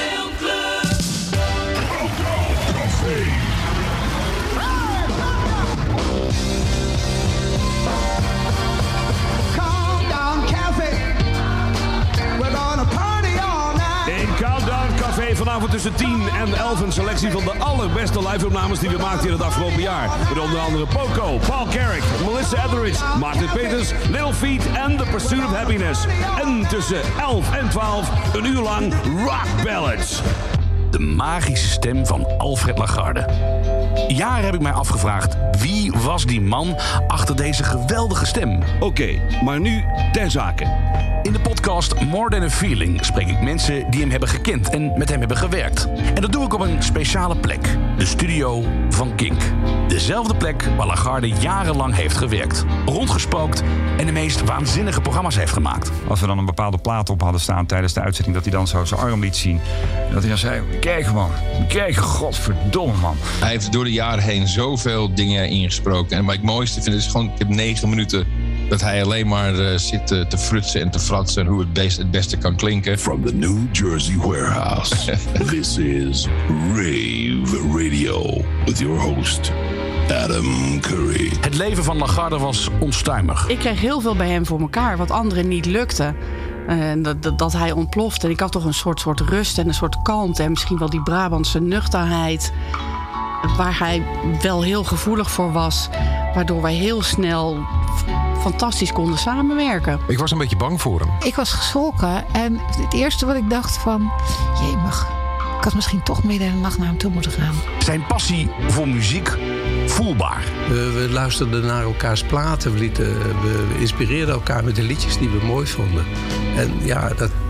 Vanavond tussen 10 en 11 een selectie van de allerbeste live-opnames die we maakten in het afgelopen jaar. Met onder andere Poco, Paul Carrick, Melissa Etheridge, Martin Peters, Little Feat en The Pursuit of Happiness. En tussen 11 en 12 een uur lang rock ballads. De magische stem van Alfred Lagarde. Jaren heb ik mij afgevraagd, wie was die man achter deze geweldige stem? Oké, maar nu ter zake. In de podcast More Than a Feeling spreek ik mensen die hem hebben gekend en met hem hebben gewerkt. En dat doe ik op een speciale plek. De studio van Kink. Dezelfde plek waar Lagarde jarenlang heeft gewerkt. Rondgespookt en de meest waanzinnige programma's heeft gemaakt. Als we dan een bepaalde plaat op hadden staan tijdens de uitzending, dat hij dan zo zijn arm liet zien. En dat hij dan zei, kijk man, kijk, godverdomme man. Hij heeft door de jaren heen zoveel dingen ingesproken. En wat ik het mooiste vind is gewoon, ik heb 9 minuten... dat hij alleen maar zit te frutsen en te fratsen en hoe het beste kan klinken. From the New Jersey warehouse, this is Rave Radio with your host Adam Curry. Het leven van Lagarde was onstuimig. Ik kreeg heel veel bij hem voor elkaar, wat anderen niet lukte. Dat hij ontplofte. En ik had toch een soort rust en een soort kalmte. En misschien wel die Brabantse nuchterheid, waar hij wel heel gevoelig voor was. Waardoor wij heel snel fantastisch konden samenwerken. Ik was een beetje bang voor hem. Ik was geschrokken en het eerste wat ik dacht van... jemig, ik had misschien toch midden in de nacht naar hem toe moeten gaan. Zijn passie voor muziek voelbaar. We luisterden naar elkaars platen. We inspireerden elkaar met de liedjes die we mooi vonden. En ja,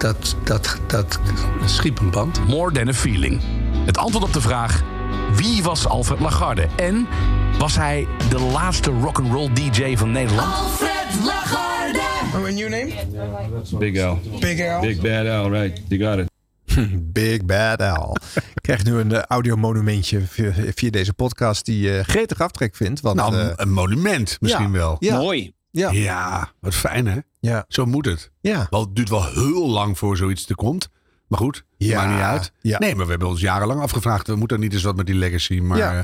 dat schiep een band. More Than a Feeling. Het antwoord op de vraag... wie was Alfred Lagarde? En was hij de laatste rock'n'roll DJ van Nederland? Alfred Lagarde! And your name? Big Al. Big Al? Big Bad Al, right. You got it. Big Bad Al. krijgt nu een audiomonumentje via deze podcast die gretig aftrek vindt. Want, een monument misschien wel. Ja. Mooi. Ja, wat fijn hè? Ja. Zo moet het. Ja. Het duurt wel heel lang voor zoiets er komt. Maar goed, maakt niet uit. Ja. Nee, maar we hebben ons jarenlang afgevraagd. We moeten niet eens wat met die legacy. Maar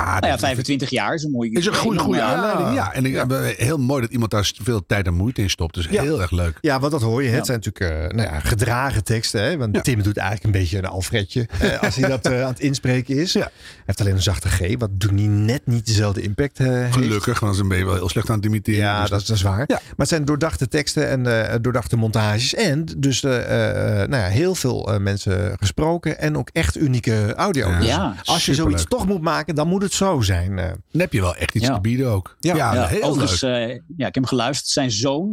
25 jaar is een mooie... Is een goede aanleiding. Ja. En heel mooi dat iemand daar veel tijd en moeite in stopt. Dus heel erg leuk. Ja, want dat hoor je. Het zijn natuurlijk gedragen teksten. Hè? Want Tim doet eigenlijk een beetje een Alfredje. Als hij dat aan het inspreken is. Hij heeft alleen een zachte G. Wat doet hij net niet dezelfde impact heeft. Gelukkig, want dan ben je wel heel slecht aan het imiteren. Ja, dus dat is waar. Ja. Maar het zijn doordachte teksten en doordachte montages. En dus heel veel mensen gesproken en ook echt unieke audio. Dus als je zoiets toch moet maken, dan moet het zo zijn. Dan heb je wel echt iets te bieden ook. Ja, heel overigens, leuk. Ik heb hem geluisterd. Zijn zoon,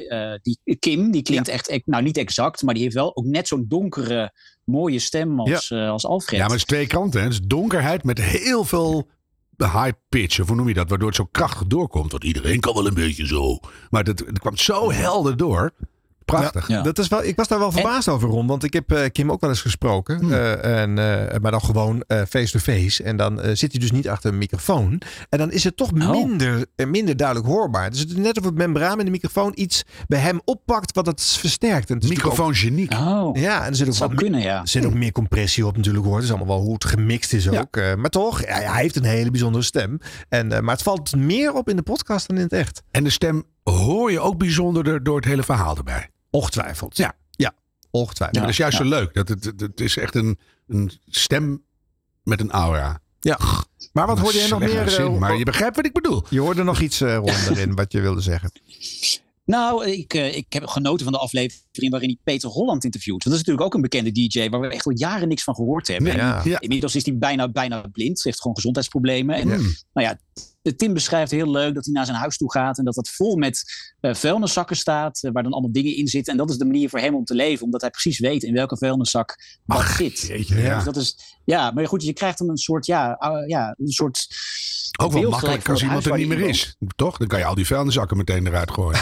Kim, die klinkt echt, nou niet exact, maar die heeft wel ook net zo'n donkere, mooie stem als Alfred. Ja, maar het is twee kanten. Hè. Het is donkerheid met heel veel high pitch, of hoe noem je dat? Waardoor het zo krachtig doorkomt. Want iedereen kan wel een beetje zo. Maar het kwam zo helder door. Prachtig. Ja. Dat is wel, ik was daar wel verbaasd over, Ron. Want ik heb Kim ook wel eens gesproken. Maar dan gewoon face-to-face. En dan zit hij dus niet achter een microfoon. En dan is het toch minder duidelijk hoorbaar. Dus het is net of het membraan in de microfoon iets bij hem oppakt wat het versterkt. En het microfoongeniek. Ja, en er zit ook, zit ook meer compressie op natuurlijk hoor. Het is allemaal wel hoe het gemixt is ook. Maar toch, hij heeft een hele bijzondere stem. Maar het valt meer op in de podcast dan in het echt. En de stem hoor je ook bijzonderder door het hele verhaal erbij. Ongetwijfeld. Ja, ongetwijfeld. Ja, dat is juist zo leuk. Het is echt een stem met een aura. Ja. Maar wat hoorde jij nog meer? Maar je begrijpt wat ik bedoel. Je hoorde nog iets rond erin wat je wilde zeggen. Nou, ik heb genoten van de aflevering waarin hij Peter Holland interviewt. Dat is natuurlijk ook een bekende DJ waar we echt al jaren niks van gehoord hebben. Ja. Inmiddels is hij bijna blind. Heeft gewoon gezondheidsproblemen. En Tim beschrijft heel leuk dat hij naar zijn huis toe gaat en dat dat vol met vuilniszakken staat, waar dan allemaal dingen in zitten. En dat is de manier voor hem om te leven, omdat hij precies weet in welke vuilniszak dat zit. Jeetje, Dus dat is, maar goed, je krijgt dan een soort, een soort... Ook wel makkelijk als iemand er niet meer is. Toch? Dan kan je al die vuilniszakken meteen eruit gooien.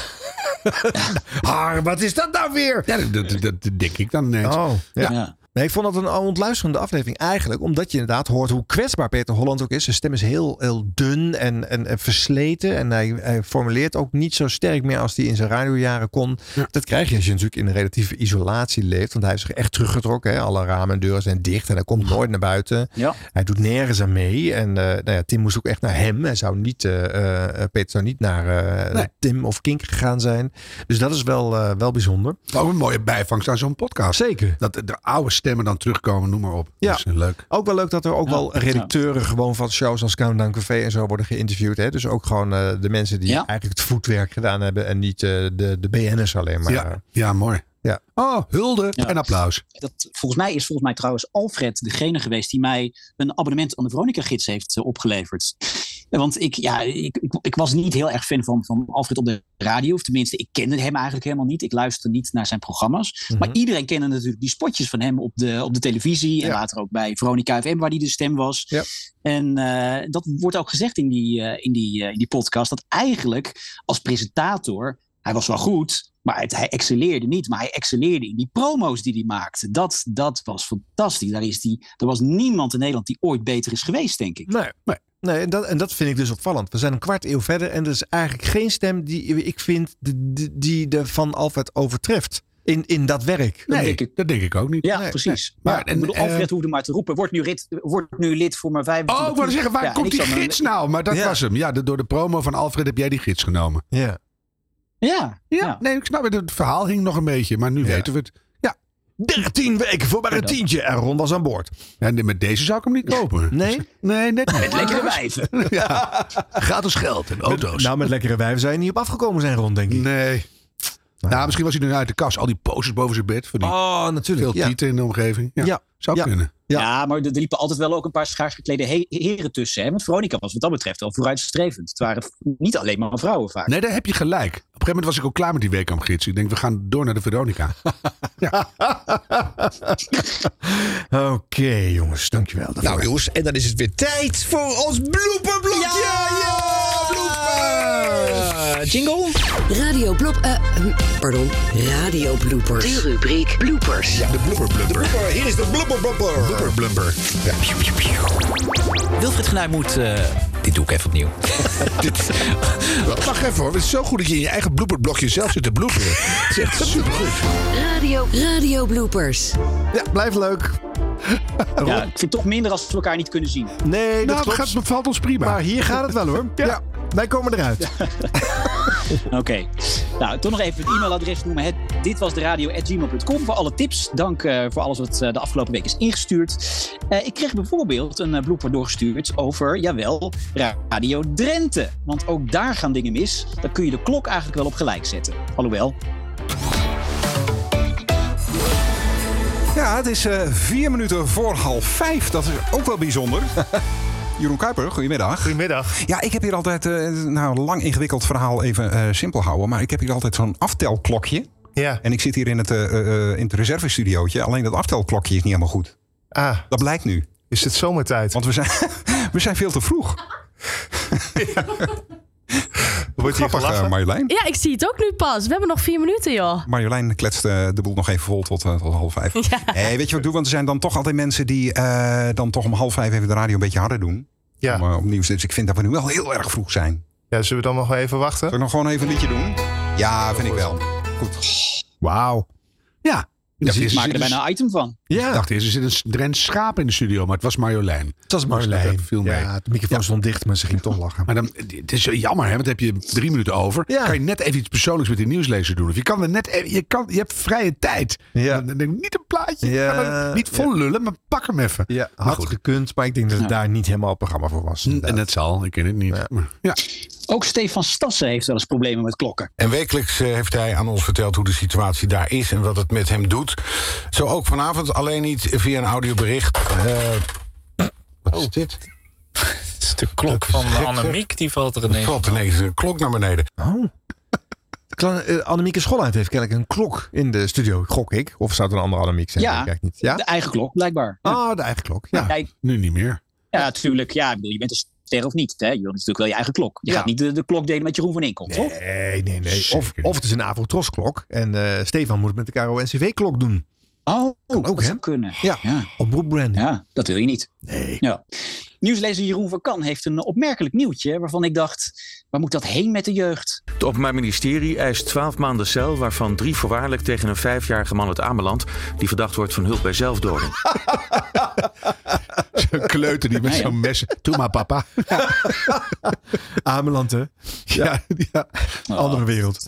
Wat is dat nou weer? Ja, dat denk ik dan net. Nee, ik vond dat een ontluisterende aflevering eigenlijk. Omdat je inderdaad hoort hoe kwetsbaar Peter Holland ook is. Zijn stem is heel, heel dun en versleten. En hij formuleert ook niet zo sterk meer als hij in zijn radiojaren kon. Ja. Dat krijg je als je natuurlijk in een relatieve isolatie leeft. Want hij heeft zich echt teruggetrokken. Hè. Alle ramen en deuren zijn dicht. En hij komt nooit naar buiten. Ja. Hij doet nergens aan mee. En Tim moest ook echt naar hem. Hij zou niet, Peter zou niet naar Tim of Kink gegaan zijn. Dus dat is wel bijzonder. Ook een mooie bijvangst aan zo'n podcast. Zeker. Dat de oude stemmen dan terugkomen, noem maar op. Ja, dat is leuk. Ook wel leuk dat er ook wel redacteuren gewoon van shows als Countdown Café en zo worden geïnterviewd. Hè? Dus ook gewoon de mensen die eigenlijk het voetwerk gedaan hebben en niet de BN'ers alleen maar. Ja, mooi. Ja. Oh, hulde en applaus. Volgens mij trouwens Alfred degene geweest die mij een abonnement aan de Veronica-gids heeft opgeleverd. Want ik was niet heel erg fan van Alfred op de radio. Of tenminste, ik kende hem eigenlijk helemaal niet. Ik luisterde niet naar zijn programma's. Mm-hmm. Maar iedereen kende natuurlijk die spotjes van hem op de televisie. En later ook bij Veronica FM, waar hij de stem was. Ja. En dat wordt ook gezegd in die podcast. Dat eigenlijk als presentator, hij was wel goed, maar hij excelleerde niet. Maar hij excelleerde in die promo's die hij maakte. Dat was fantastisch. Er was niemand in Nederland die ooit beter is geweest, denk ik. Nee, en dat vind ik dus opvallend. We zijn een kwart eeuw verder en er is eigenlijk geen stem die ik vind die de van Alfred overtreft. In dat werk. Nee, dat denk ik ook niet. Ja, precies. Maar Alfred hoefde maar te roepen. Wordt nu lid voor mijn 25. Oh, ik wou zeggen, waar komt die gids nou? Maar dat was hem. Ja, door de promo van Alfred heb jij die gids genomen. Ja. Nee, ik snap het. Het verhaal hing nog een beetje, maar nu weten we het. 13 weken voor maar een tientje. En Ron was aan boord. En met deze zou ik hem niet kopen. Nee? Nee, net niet. Met lekkere wijven. Gratis geld en auto's. Met lekkere wijven zou je niet op afgekomen zijn, Ron, denk ik. Nee. Nou, misschien was hij nu uit de kast. Al die posters boven zijn bed. Natuurlijk. Veel tieten in de omgeving. Ja. Zou kunnen. Ja, maar er liepen altijd wel ook een paar schaars geklede heren tussen. Hè? Want Veronica was wat dat betreft wel vooruitstrevend. Het waren niet alleen maar vrouwen vaak. Nee, daar heb je gelijk. Op een gegeven moment was ik ook klaar met die weekkampgids. Ik denk, we gaan door naar de Veronica. Oké, jongens. Dankjewel. Nou jongens, en dan is het weer tijd voor ons blooperblokje. Ja, blooper! Jingle? Radio bloopers. De rubriek bloopers. Ja, de blooper. Hier is de blooper. Blumper. Ja. Wilfried Genuij moet... dit doe ik even opnieuw. Wacht even hoor. Het is zo goed dat je in je eigen blooperblokje zelf zit te bloeperen. Het is echt supergoed. Radio bloopers. Ja, blijft leuk. Ja, ik vind het toch minder als we elkaar niet kunnen zien. Nee, dat bevalt ons prima. Maar hier gaat het wel hoor. Ja, wij komen eruit. Oké. Nou, toch nog even het e-mailadres noemen. Dit was de radio@gmail.com voor alle tips. Dank voor alles wat de afgelopen week is ingestuurd. Ik kreeg bijvoorbeeld een blooper doorgestuurd over, jawel, Radio Drenthe. Want ook daar gaan dingen mis. Dan kun je de klok eigenlijk wel op gelijk zetten. Alhoewel... Ja, het is 4 minuten voor 4:30. Dat is ook wel bijzonder. Jeroen Kuiper, goedemiddag. Goedemiddag. Ja, ik heb hier altijd een lang ingewikkeld verhaal even simpel houden. Maar ik heb hier altijd zo'n aftelklokje. Ja. En ik zit hier in het reservestudiootje. Alleen dat aftelklokje is niet helemaal goed. Ah. Dat blijkt nu. Is het zomertijd? Want we zijn veel te vroeg. Ja. Wordt hier grappig, Marjolein. Ja, ik zie het ook nu pas. We hebben nog 4 minuten, joh. Marjolein kletst de boel nog even vol tot 4:30. Ja. Weet je wat ik doe? Want er zijn dan toch altijd mensen die dan toch om 4:30 even de radio een beetje harder doen. Ja. Om nieuws. Dus ik vind dat we nu wel heel erg vroeg zijn. Ja, zullen we dan nog wel even wachten? Zal ik nog gewoon even een liedje doen? Ja, vind ik wel. Goed. Wauw. Ja. We maken er bijna een item van. Ja. Ik dacht eerst, er zit een Drents schaap in de studio, maar het was Marjolein. Het was Marjolein. Viel mee. Ja, de microfoon stond dicht, maar ze ging toch lachen. Maar het is zo jammer, hè? Want dan heb je 3 minuten over. Ja. Kan je net even iets persoonlijks met die nieuwslezer doen. Of je kan er net even, je hebt vrije tijd. Ja. Dan denk ik, niet een plaatje. Ja. Niet vol lullen, maar pak hem even. Ja, had gekund, maar ik denk dat het daar niet helemaal het programma voor was. En dat zal, ik ken het niet. Ja. Ook Stefan Stassen heeft wel eens problemen met klokken. En wekelijks heeft hij aan ons verteld hoe de situatie daar is en wat het met hem doet. Zo ook vanavond, alleen niet via een audiobericht. Wat is dit? Het is de klok van Annemiek, die valt er ineens. Valt ineens een klok naar beneden. Oh. Annemieke Schollaert heeft kennelijk een klok in de studio, gok ik. Of zou het een andere Annemiek zijn? Ja, ik niet. Ja, de eigen klok, blijkbaar. Ah, de eigen klok. Ja. Nu niet meer. Ja, natuurlijk. Ja, ik bedoel, je bent een ster of niet. Hè? Je wilt natuurlijk wel je eigen klok. Je gaat niet de klok delen met Jeroen van Inkel, toch? Nee. Of het is een Avro-Tros-klok. En Stefan moet het met de KRO-NCV-klok doen. Oh, ook, dat zou kunnen. Ja, op Broekbrand. Ja, dat wil je niet. Nee. Ja. Nieuwslezer Jeroen van Kan heeft een opmerkelijk nieuwtje waarvan ik dacht, waar moet dat heen met de jeugd? Het Openbaar Ministerie eist 12 maanden cel, waarvan 3 voorwaardelijk tegen een 5-jarige man uit Ameland die verdacht wordt van hulp bij zelfdoding. Zo'n kleuter die met zo'n mes. Doe maar, papa. Ameland, hè? Ja. Andere wereld.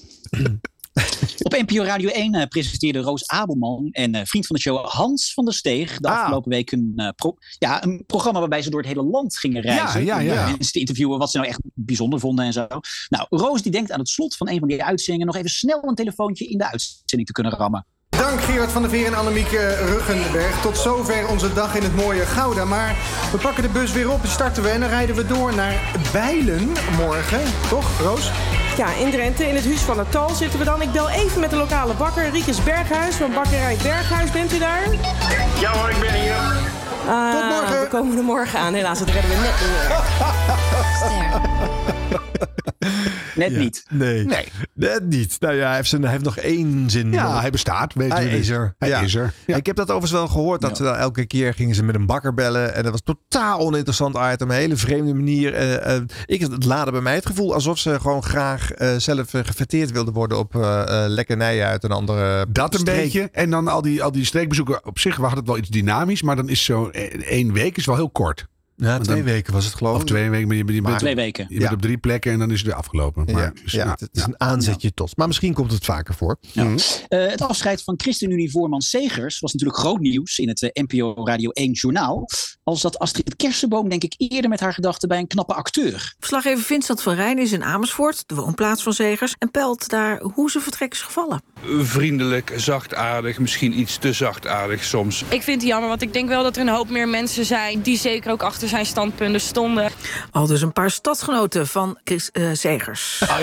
Op NPO Radio 1 presenteerde Roos Abelman en vriend van de show Hans van der Steeg de afgelopen week een programma waarbij ze door het hele land gingen reizen. Om mensen te interviewen wat ze nou echt bijzonder vonden en zo. Nou, Roos die denkt aan het slot van een van die uitzendingen nog even snel een telefoontje in de uitzending te kunnen rammen. Dank Gerard van der Veer en Annemiek Ruggenberg. Tot zover onze dag in het mooie Gouda. Maar we pakken de bus weer op en starten we en dan rijden we door naar Bijlen morgen. Toch, Roos? Ja, in Drenthe, in het Huis van het Tal zitten we dan. Ik bel even met de lokale bakker, Riekes Berghuis van Bakkerij Berghuis. Bent u daar? Ja hoor, ik ben hier. Tot morgen. We komen er morgen aan. Helaas, dat redden we net niet meer. Net niet. Nee, net niet. Nou ja, hij heeft nog 1 zin. Ja, hij bestaat. Hij is er. Ja. Ik heb dat overigens wel gehoord. Dat elke keer gingen ze met een bakker bellen. En dat was totaal oninteressant item. Een hele vreemde manier. Het laadde bij mij het gevoel alsof ze gewoon graag zelf gefeteerd wilden worden op lekkernijen uit een andere dat een streek. beetje. En dan al die streekbezoeken op zich. We hadden het wel iets dynamisch. Maar dan is zo 1 week is wel heel kort. Ja, 2 weken was het geloof ik. Of 2 weken. Je bent 2 weken. Je bent op 3 plekken en dan is het weer afgelopen. Maar, het is een aanzetje tot. Maar misschien komt het vaker voor. Ja. Het afscheid van ChristenUnie-voorman Segers was natuurlijk groot nieuws in het NPO Radio 1 journaal. Als dat Astrid Kersenboom denk ik eerder met haar gedachten bij een knappe acteur. Verslaggever Vincent van Rijn is in Amersfoort, de woonplaats van Segers, en peilt daar hoe zijn vertrek is gevallen. Vriendelijk, zachtaardig, misschien iets te zachtaardig soms. Ik vind het jammer, want ik denk wel dat er een hoop meer mensen zijn die zeker ook achter zijn standpunten stonden. Al dus een paar stadsgenoten van Segers. Oh,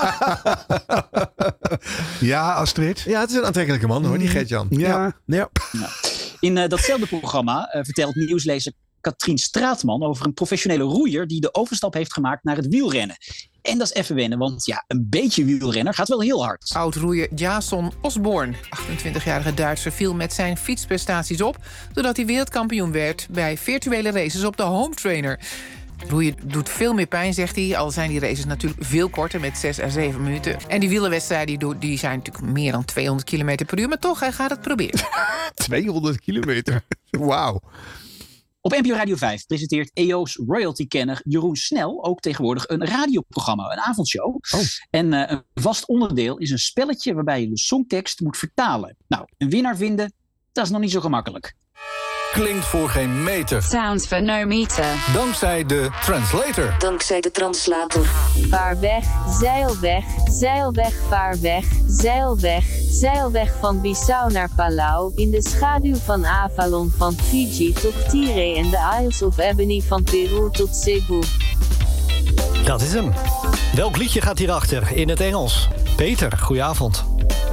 ja, Astrid? Ja, het is een aantrekkelijke man hoor, die Gert-Jan. Ja. In datzelfde programma vertelt nieuwslezer Katrien Straatman over een professionele roeier die de overstap heeft gemaakt naar het wielrennen. En dat is even wennen, want ja, een beetje wielrenner gaat wel heel hard. Oud-roeier Jason Osborne, 28-jarige Duitser, viel met zijn fietsprestaties op doordat hij wereldkampioen werd bij virtuele races op de home trainer. Roeien doet veel meer pijn, zegt hij. Al zijn die races natuurlijk veel korter, met 6 à 7 minuten. En die wielerwedstrijden die zijn natuurlijk meer dan 200 km per uur. Maar toch, hij gaat het proberen. 200 kilometer? Wauw. Op NPO Radio 5 presenteert EO's royalty-kenner Jeroen Snel ook tegenwoordig een radioprogramma, een avondshow. Oh. En een vast onderdeel is een spelletje waarbij je de songtekst moet vertalen. Nou, een winnaar vinden, dat is nog niet zo gemakkelijk. Klinkt voor geen meter. Sounds for no meter. Dankzij de translator. Dankzij de translator. Vaar weg, zeilweg, zeilweg, vaar weg, zeilweg, zeilweg van Bissau naar Palau, in de schaduw van Avalon van Fiji tot Tiree en de Isles of Ebony van Peru tot Cebu. Dat is hem. Welk liedje gaat hierachter in het Engels? Peter, goedenavond.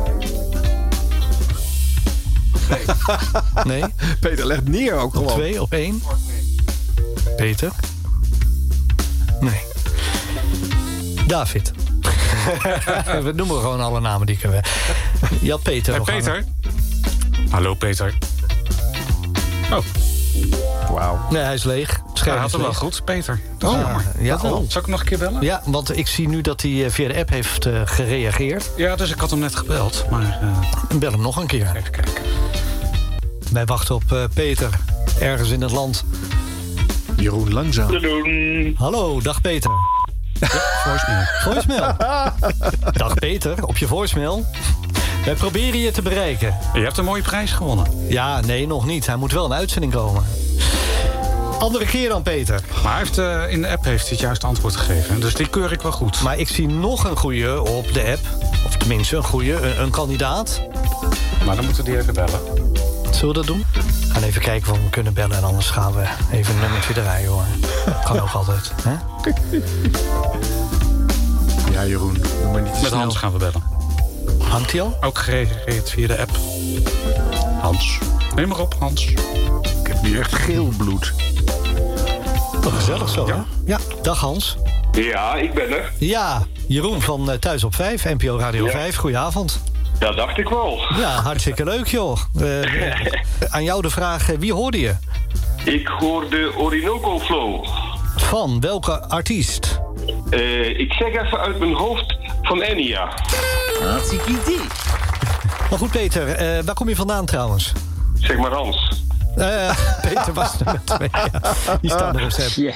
Nee. Peter legt neer ook gewoon. 2 op 1. Peter? Nee. David. We noemen gewoon alle namen die kunnen. Je had Peter nog. Peter. Hallo Peter. Oh. Wauw. Nee, hij is leeg. Hij had hem wel goed, Peter. Oh, ja. Zal ik hem nog een keer bellen? Ja, want ik zie nu dat hij via de app heeft gereageerd. Ja, dus ik had hem net gebeld. Maar bel hem nog een keer. Even kijken. Wij wachten op Peter, ergens in het land. Jeroen langzaam. Hallo, dag Peter. Ja, voicemail. Dag Peter, op je voicemail. Wij proberen je te bereiken. Je hebt een mooie prijs gewonnen. Ja, nee, nog niet. Hij moet wel een uitzending komen. Andere keer dan, Peter. Maar hij heeft, in de app heeft hij het juiste antwoord gegeven. Dus die keur ik wel goed. Maar ik zie nog een goeie op de app. Of tenminste, een goeie, een kandidaat. Maar dan moeten we die even bellen. Zullen we dat doen? We gaan even kijken of we kunnen bellen. En anders gaan we even een nummertje draaien, hoor. Kan ook altijd, hè? Ja, Jeroen. Doe maar niet te Met snel. Hans gaan we bellen. Hangt hij al? Ook gereageerd via de app. Hans. Neem maar op, Hans. Ik heb nu echt geel bloed. Toch gezellig zo, hè? Ja, dag Hans. Ja, ik ben er. Ja, Jeroen van Thuis op 5, NPO Radio 5. Goedenavond. Dat dacht ik wel. Ja, hartstikke leuk, joh. Aan jou de vraag, wie hoorde je? Ik hoorde Orinoco Flow. Van welke artiest? Ik zeg even uit mijn hoofd van Enya. Maar goed, Peter, waar kom je vandaan trouwens? Zeg maar Hans. Peter was er met 2. Ja. Die staan er op zijn.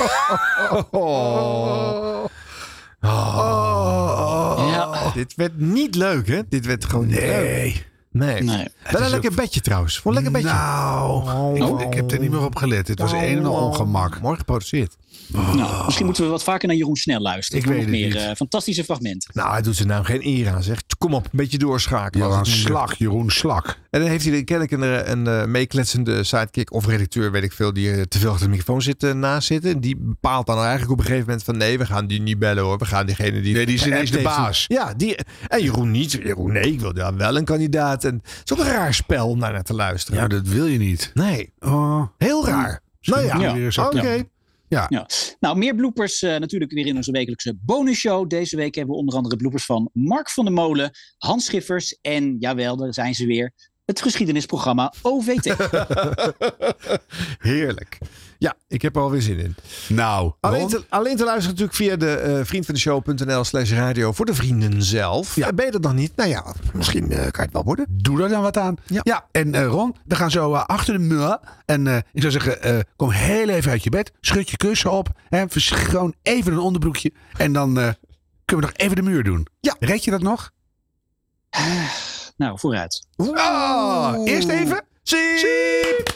Ja. Dit werd niet leuk, hè? Dit werd gewoon niet leuk. Nee. Wel een lekker bedje trouwens. Voor een lekker bedje. Nou, ik heb er niet meer op gelet. Het was een en al ongemak. Mooi geproduceerd. Nou, misschien moeten we wat vaker naar Jeroen Snel luisteren. Ik weet nog het meer niet. Fantastische fragmenten. Nou, hij doet zijn naam geen eer aan. Zegt, kom op, een beetje doorschakelen. Ja, slag, Jeroen, slag. En dan heeft hij kennelijk een meekletsende sidekick of redacteur, weet ik veel, die te veel achter de microfoon naast zitten. Die bepaalt dan eigenlijk op een gegeven moment van nee, we gaan die niet bellen hoor. We gaan diegene die... Nee, die is ineens de baas. Ja, en Jeroen niet. Jeroen, nee, ik wil daar wel een kandidaat. En het is ook een raar spel om naar te luisteren. Ja, dat wil je niet. Nee. Heel raar. Nou ja, oké. Ja. Nou, meer bloopers natuurlijk weer in onze wekelijkse bonusshow. Deze week hebben we onder andere bloopers van Mark van der Molen, Hans Schiffers en, jawel, daar zijn ze weer, het geschiedenisprogramma OVT. Heerlijk. Ja, ik heb er alweer zin in. Nou, alleen te luisteren natuurlijk via de vriendvandeshow.nl/radio voor de vrienden zelf. Ja. Ben je dat nog niet? Nou ja, misschien kan je het wel worden. Doe daar dan wat aan. Ja, en Ron, we gaan zo achter de muur. En ik zou zeggen, kom heel even uit je bed. Schud je kussen op. Gewoon even een onderbroekje. En dan kunnen we nog even de muur doen. Ja. Red je dat nog? Nou, vooruit. Eerst even. Siep!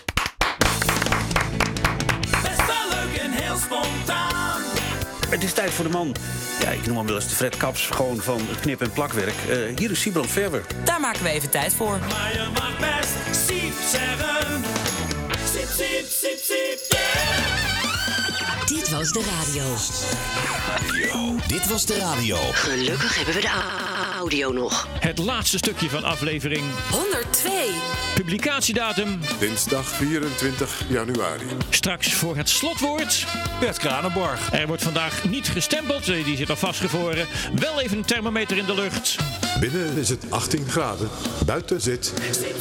Het is tijd voor de man. Ja, ik noem hem wel eens de Fred Kaps, gewoon van het knip- en plakwerk. Hier is Siebrand Verwer. Daar maken we even tijd voor. Maar je mag best Siep zeggen. Siep, siep, siep, siep, yeah. Dit was de radio. Dit was de radio. Gelukkig hebben we de audio nog. Het laatste stukje van aflevering 102. Publicatiedatum dinsdag 24 januari. Straks voor het slotwoord Bert Kranenborg. Er wordt vandaag niet gestempeld, die zit al vastgevroren. Wel even een thermometer in de lucht. Binnen is het 18 graden. Buiten zit...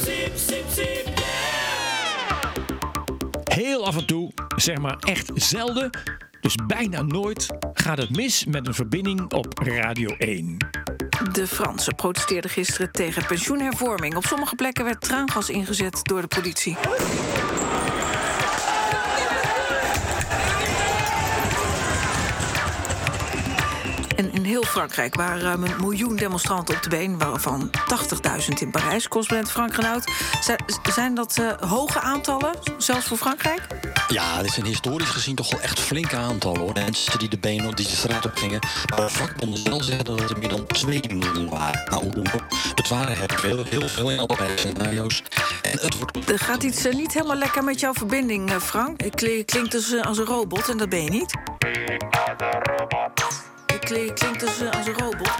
Heel af en toe, zeg maar echt zelden, dus bijna nooit, gaat het mis met een verbinding op Radio 1. De Fransen protesteerden gisteren tegen pensioenhervorming. Op sommige plekken werd traangas ingezet door de politie. En in heel Frankrijk waren ruim 1 miljoen demonstranten op de been, waarvan 80.000 in Parijs. Correspondent Frank Renaud. Zijn dat hoge aantallen, zelfs voor Frankrijk? Ja, dit zijn historisch gezien toch wel echt flinke aantallen, hoor. Mensen die de straat op gingen. Maar vakbonden zelf zeggen dat er meer dan 2 miljoen waren. Nou, hoe dan ook. Het waren heel veel in allerlei scenario's. En het wordt... Er gaat iets niet helemaal lekker met jouw verbinding, Frank. Je klinkt dus als een robot en dat ben je niet. Je klinkt dus als een robot.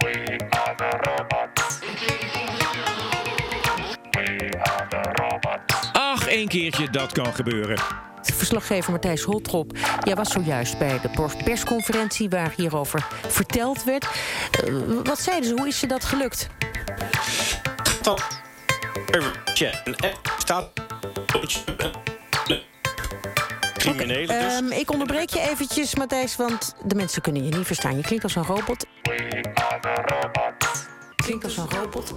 Ach, 1 keertje, dat kan gebeuren. Verslaggever Matthijs Holtrop, jij was zojuist bij de persconferentie waar hierover verteld werd. Wat zeiden ze? Hoe is ze dat gelukt? Criminelen dus. Ik onderbreek je eventjes, Matthijs, want de mensen kunnen je niet verstaan. Je klinkt als een robot. Klinkt als een robot.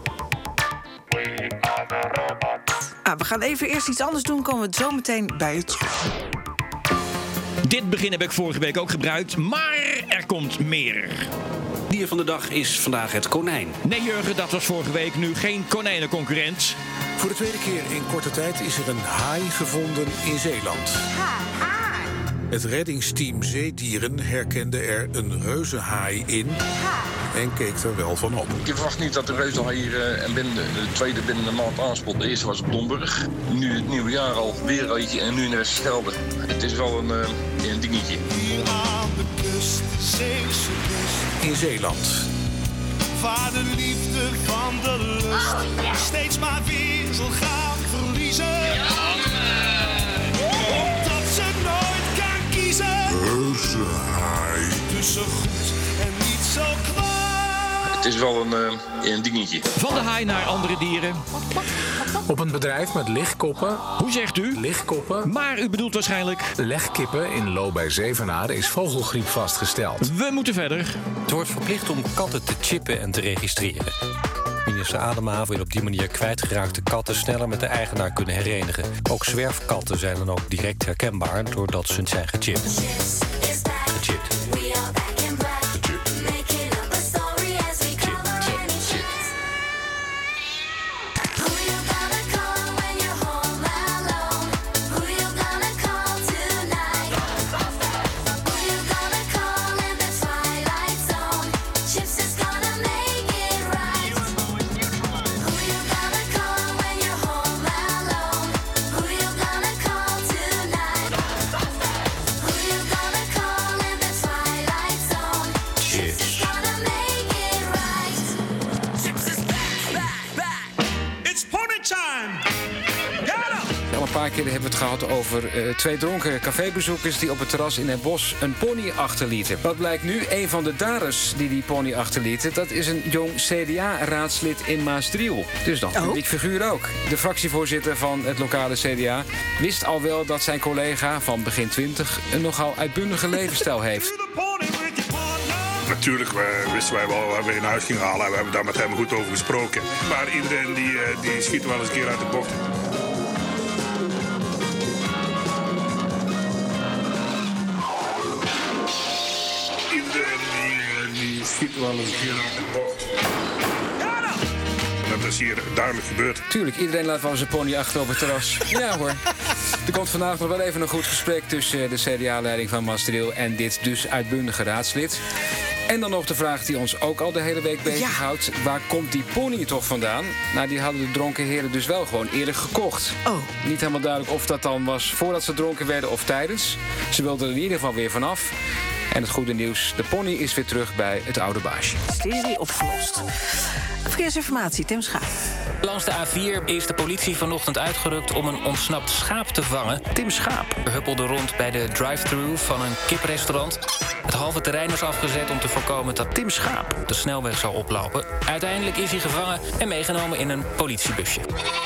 We gaan even eerst iets anders doen, komen we het zo meteen bij je terug. Dit begin heb ik vorige week ook gebruikt, maar er komt meer. Dier van de dag is vandaag het konijn. Nee, Jurgen, dat was vorige week nu geen konijnenconcurrent. Voor de tweede keer in korte tijd is er een haai gevonden in Zeeland. Het reddingsteam Zeedieren herkende er een reuzenhaai in en keek er wel van op. Ik verwacht niet dat de reuzenhaai hier de tweede binnen een maand aanspoelt. De eerste was op Domburg. Nu het nieuwe jaar al weer eentje en nu in Westerschelde. Het is wel een dingetje. Hier aan de kust, Zeeuwse kust. In Zeeland. Waar de liefde van de lust steeds maar weer zal gaan verliezen. Omdat ze nooit kan kiezen. Reuzenhaai. Tussen goed en niet zo kwaad. Het is wel een dingetje. Van de haai naar andere dieren. Op een bedrijf met ligkoppen. Hoe zegt u? Ligkoppen. Maar u bedoelt waarschijnlijk legkippen in Loo bij Zevenaar is vogelgriep vastgesteld. We moeten verder. Het wordt verplicht om katten te chippen en te registreren. Minister Adema wil op die manier kwijtgeraakte katten sneller met de eigenaar kunnen herenigen. Ook zwerfkatten zijn dan ook direct herkenbaar doordat ze zijn gechipt. Gechipt. Een paar keer hebben we het gehad over 2 dronken cafébezoekers die op het terras in het bos een pony achterlieten. Wat blijkt nu? Een van de daders die pony achterlieten, dat is een jong CDA-raadslid in Maasdriel. Dus nog een publiek figuur ook. De fractievoorzitter van het lokale CDA wist al wel dat zijn collega van begin 20 een nogal uitbundige levensstijl heeft. Natuurlijk wisten wij wel waar we in huis gingen halen en we hebben daar met hem goed over gesproken. Maar iedereen die schiet wel eens een keer uit de bocht. Die schiet wel eens een keer uit de bocht. Dat is hier duidelijk gebeurd. Tuurlijk, iedereen laat wel zijn pony achter op het terras. Ja hoor. Er komt vandaag nog wel even een goed gesprek tussen de CDA-leiding van Maasdriel en dit dus uitbundige raadslid. En dan nog de vraag die ons ook al de hele week bezighoudt. Ja. Waar komt die pony toch vandaan? Nou, die hadden de dronken heren dus wel gewoon eerder gekocht. Oh. Niet helemaal duidelijk of dat dan was voordat ze dronken werden of tijdens. Ze wilden er in ieder geval weer vanaf. En het goede nieuws, de pony is weer terug bij het oude baasje. Mysterie opgelost. Verkeersinformatie, Tim Schaap. Langs de A4 is de politie vanochtend uitgerukt om een ontsnapt schaap te vangen. Tim Schaap huppelde rond bij de drive-thru van een kiprestaurant. Het halve terrein was afgezet om te voorkomen dat Tim Schaap de snelweg zou oplopen. Uiteindelijk is hij gevangen en meegenomen in een politiebusje.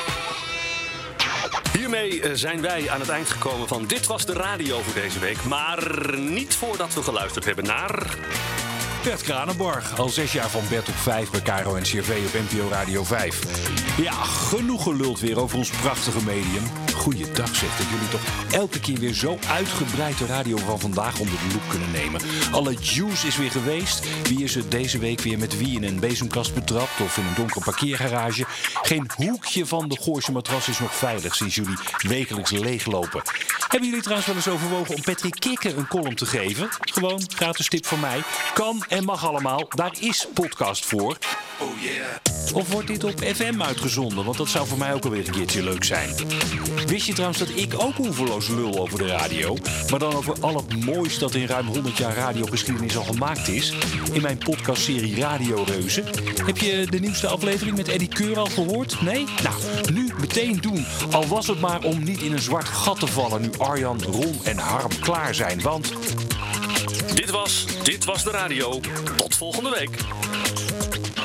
Hiermee zijn wij aan het eind gekomen van Dit Was de Radio voor deze week. Maar niet voordat we geluisterd hebben naar... Bert Kranenborg, al 6 jaar van Bert op 5 bij Caro en CRV op NPO Radio 5. Ja, genoeg geluld weer over ons prachtige medium. Goeiedag zeg, dat jullie toch elke keer weer zo uitgebreid de radio van vandaag onder de loep kunnen nemen. Alle juice is weer geweest. Wie is er deze week weer met wie in een bezemkast betrapt of in een donkere parkeergarage? Geen hoekje van de Gooise matras is nog veilig sinds jullie wekelijks leeglopen. Hebben jullie trouwens wel eens overwogen om Patrick Kikken een column te geven? Gewoon, gratis tip van mij. Kan en mag allemaal, daar is podcast voor. Oh yeah. Of wordt dit op FM uitgezonden? Want dat zou voor mij ook alweer een keertje leuk zijn. Wist je trouwens dat ik ook oeverloos lul over de radio? Maar dan over al het moois dat in ruim 100 jaar radiogeschiedenis al gemaakt is. In mijn podcastserie Radio Reuzen. Heb je de nieuwste aflevering met Eddie Keur al gehoord? Nee? Nou, nu meteen doen. Al was het maar om niet in een zwart gat te vallen nu Arjan, Ron en Harm klaar zijn. Want... Dit was de radio. Tot volgende week.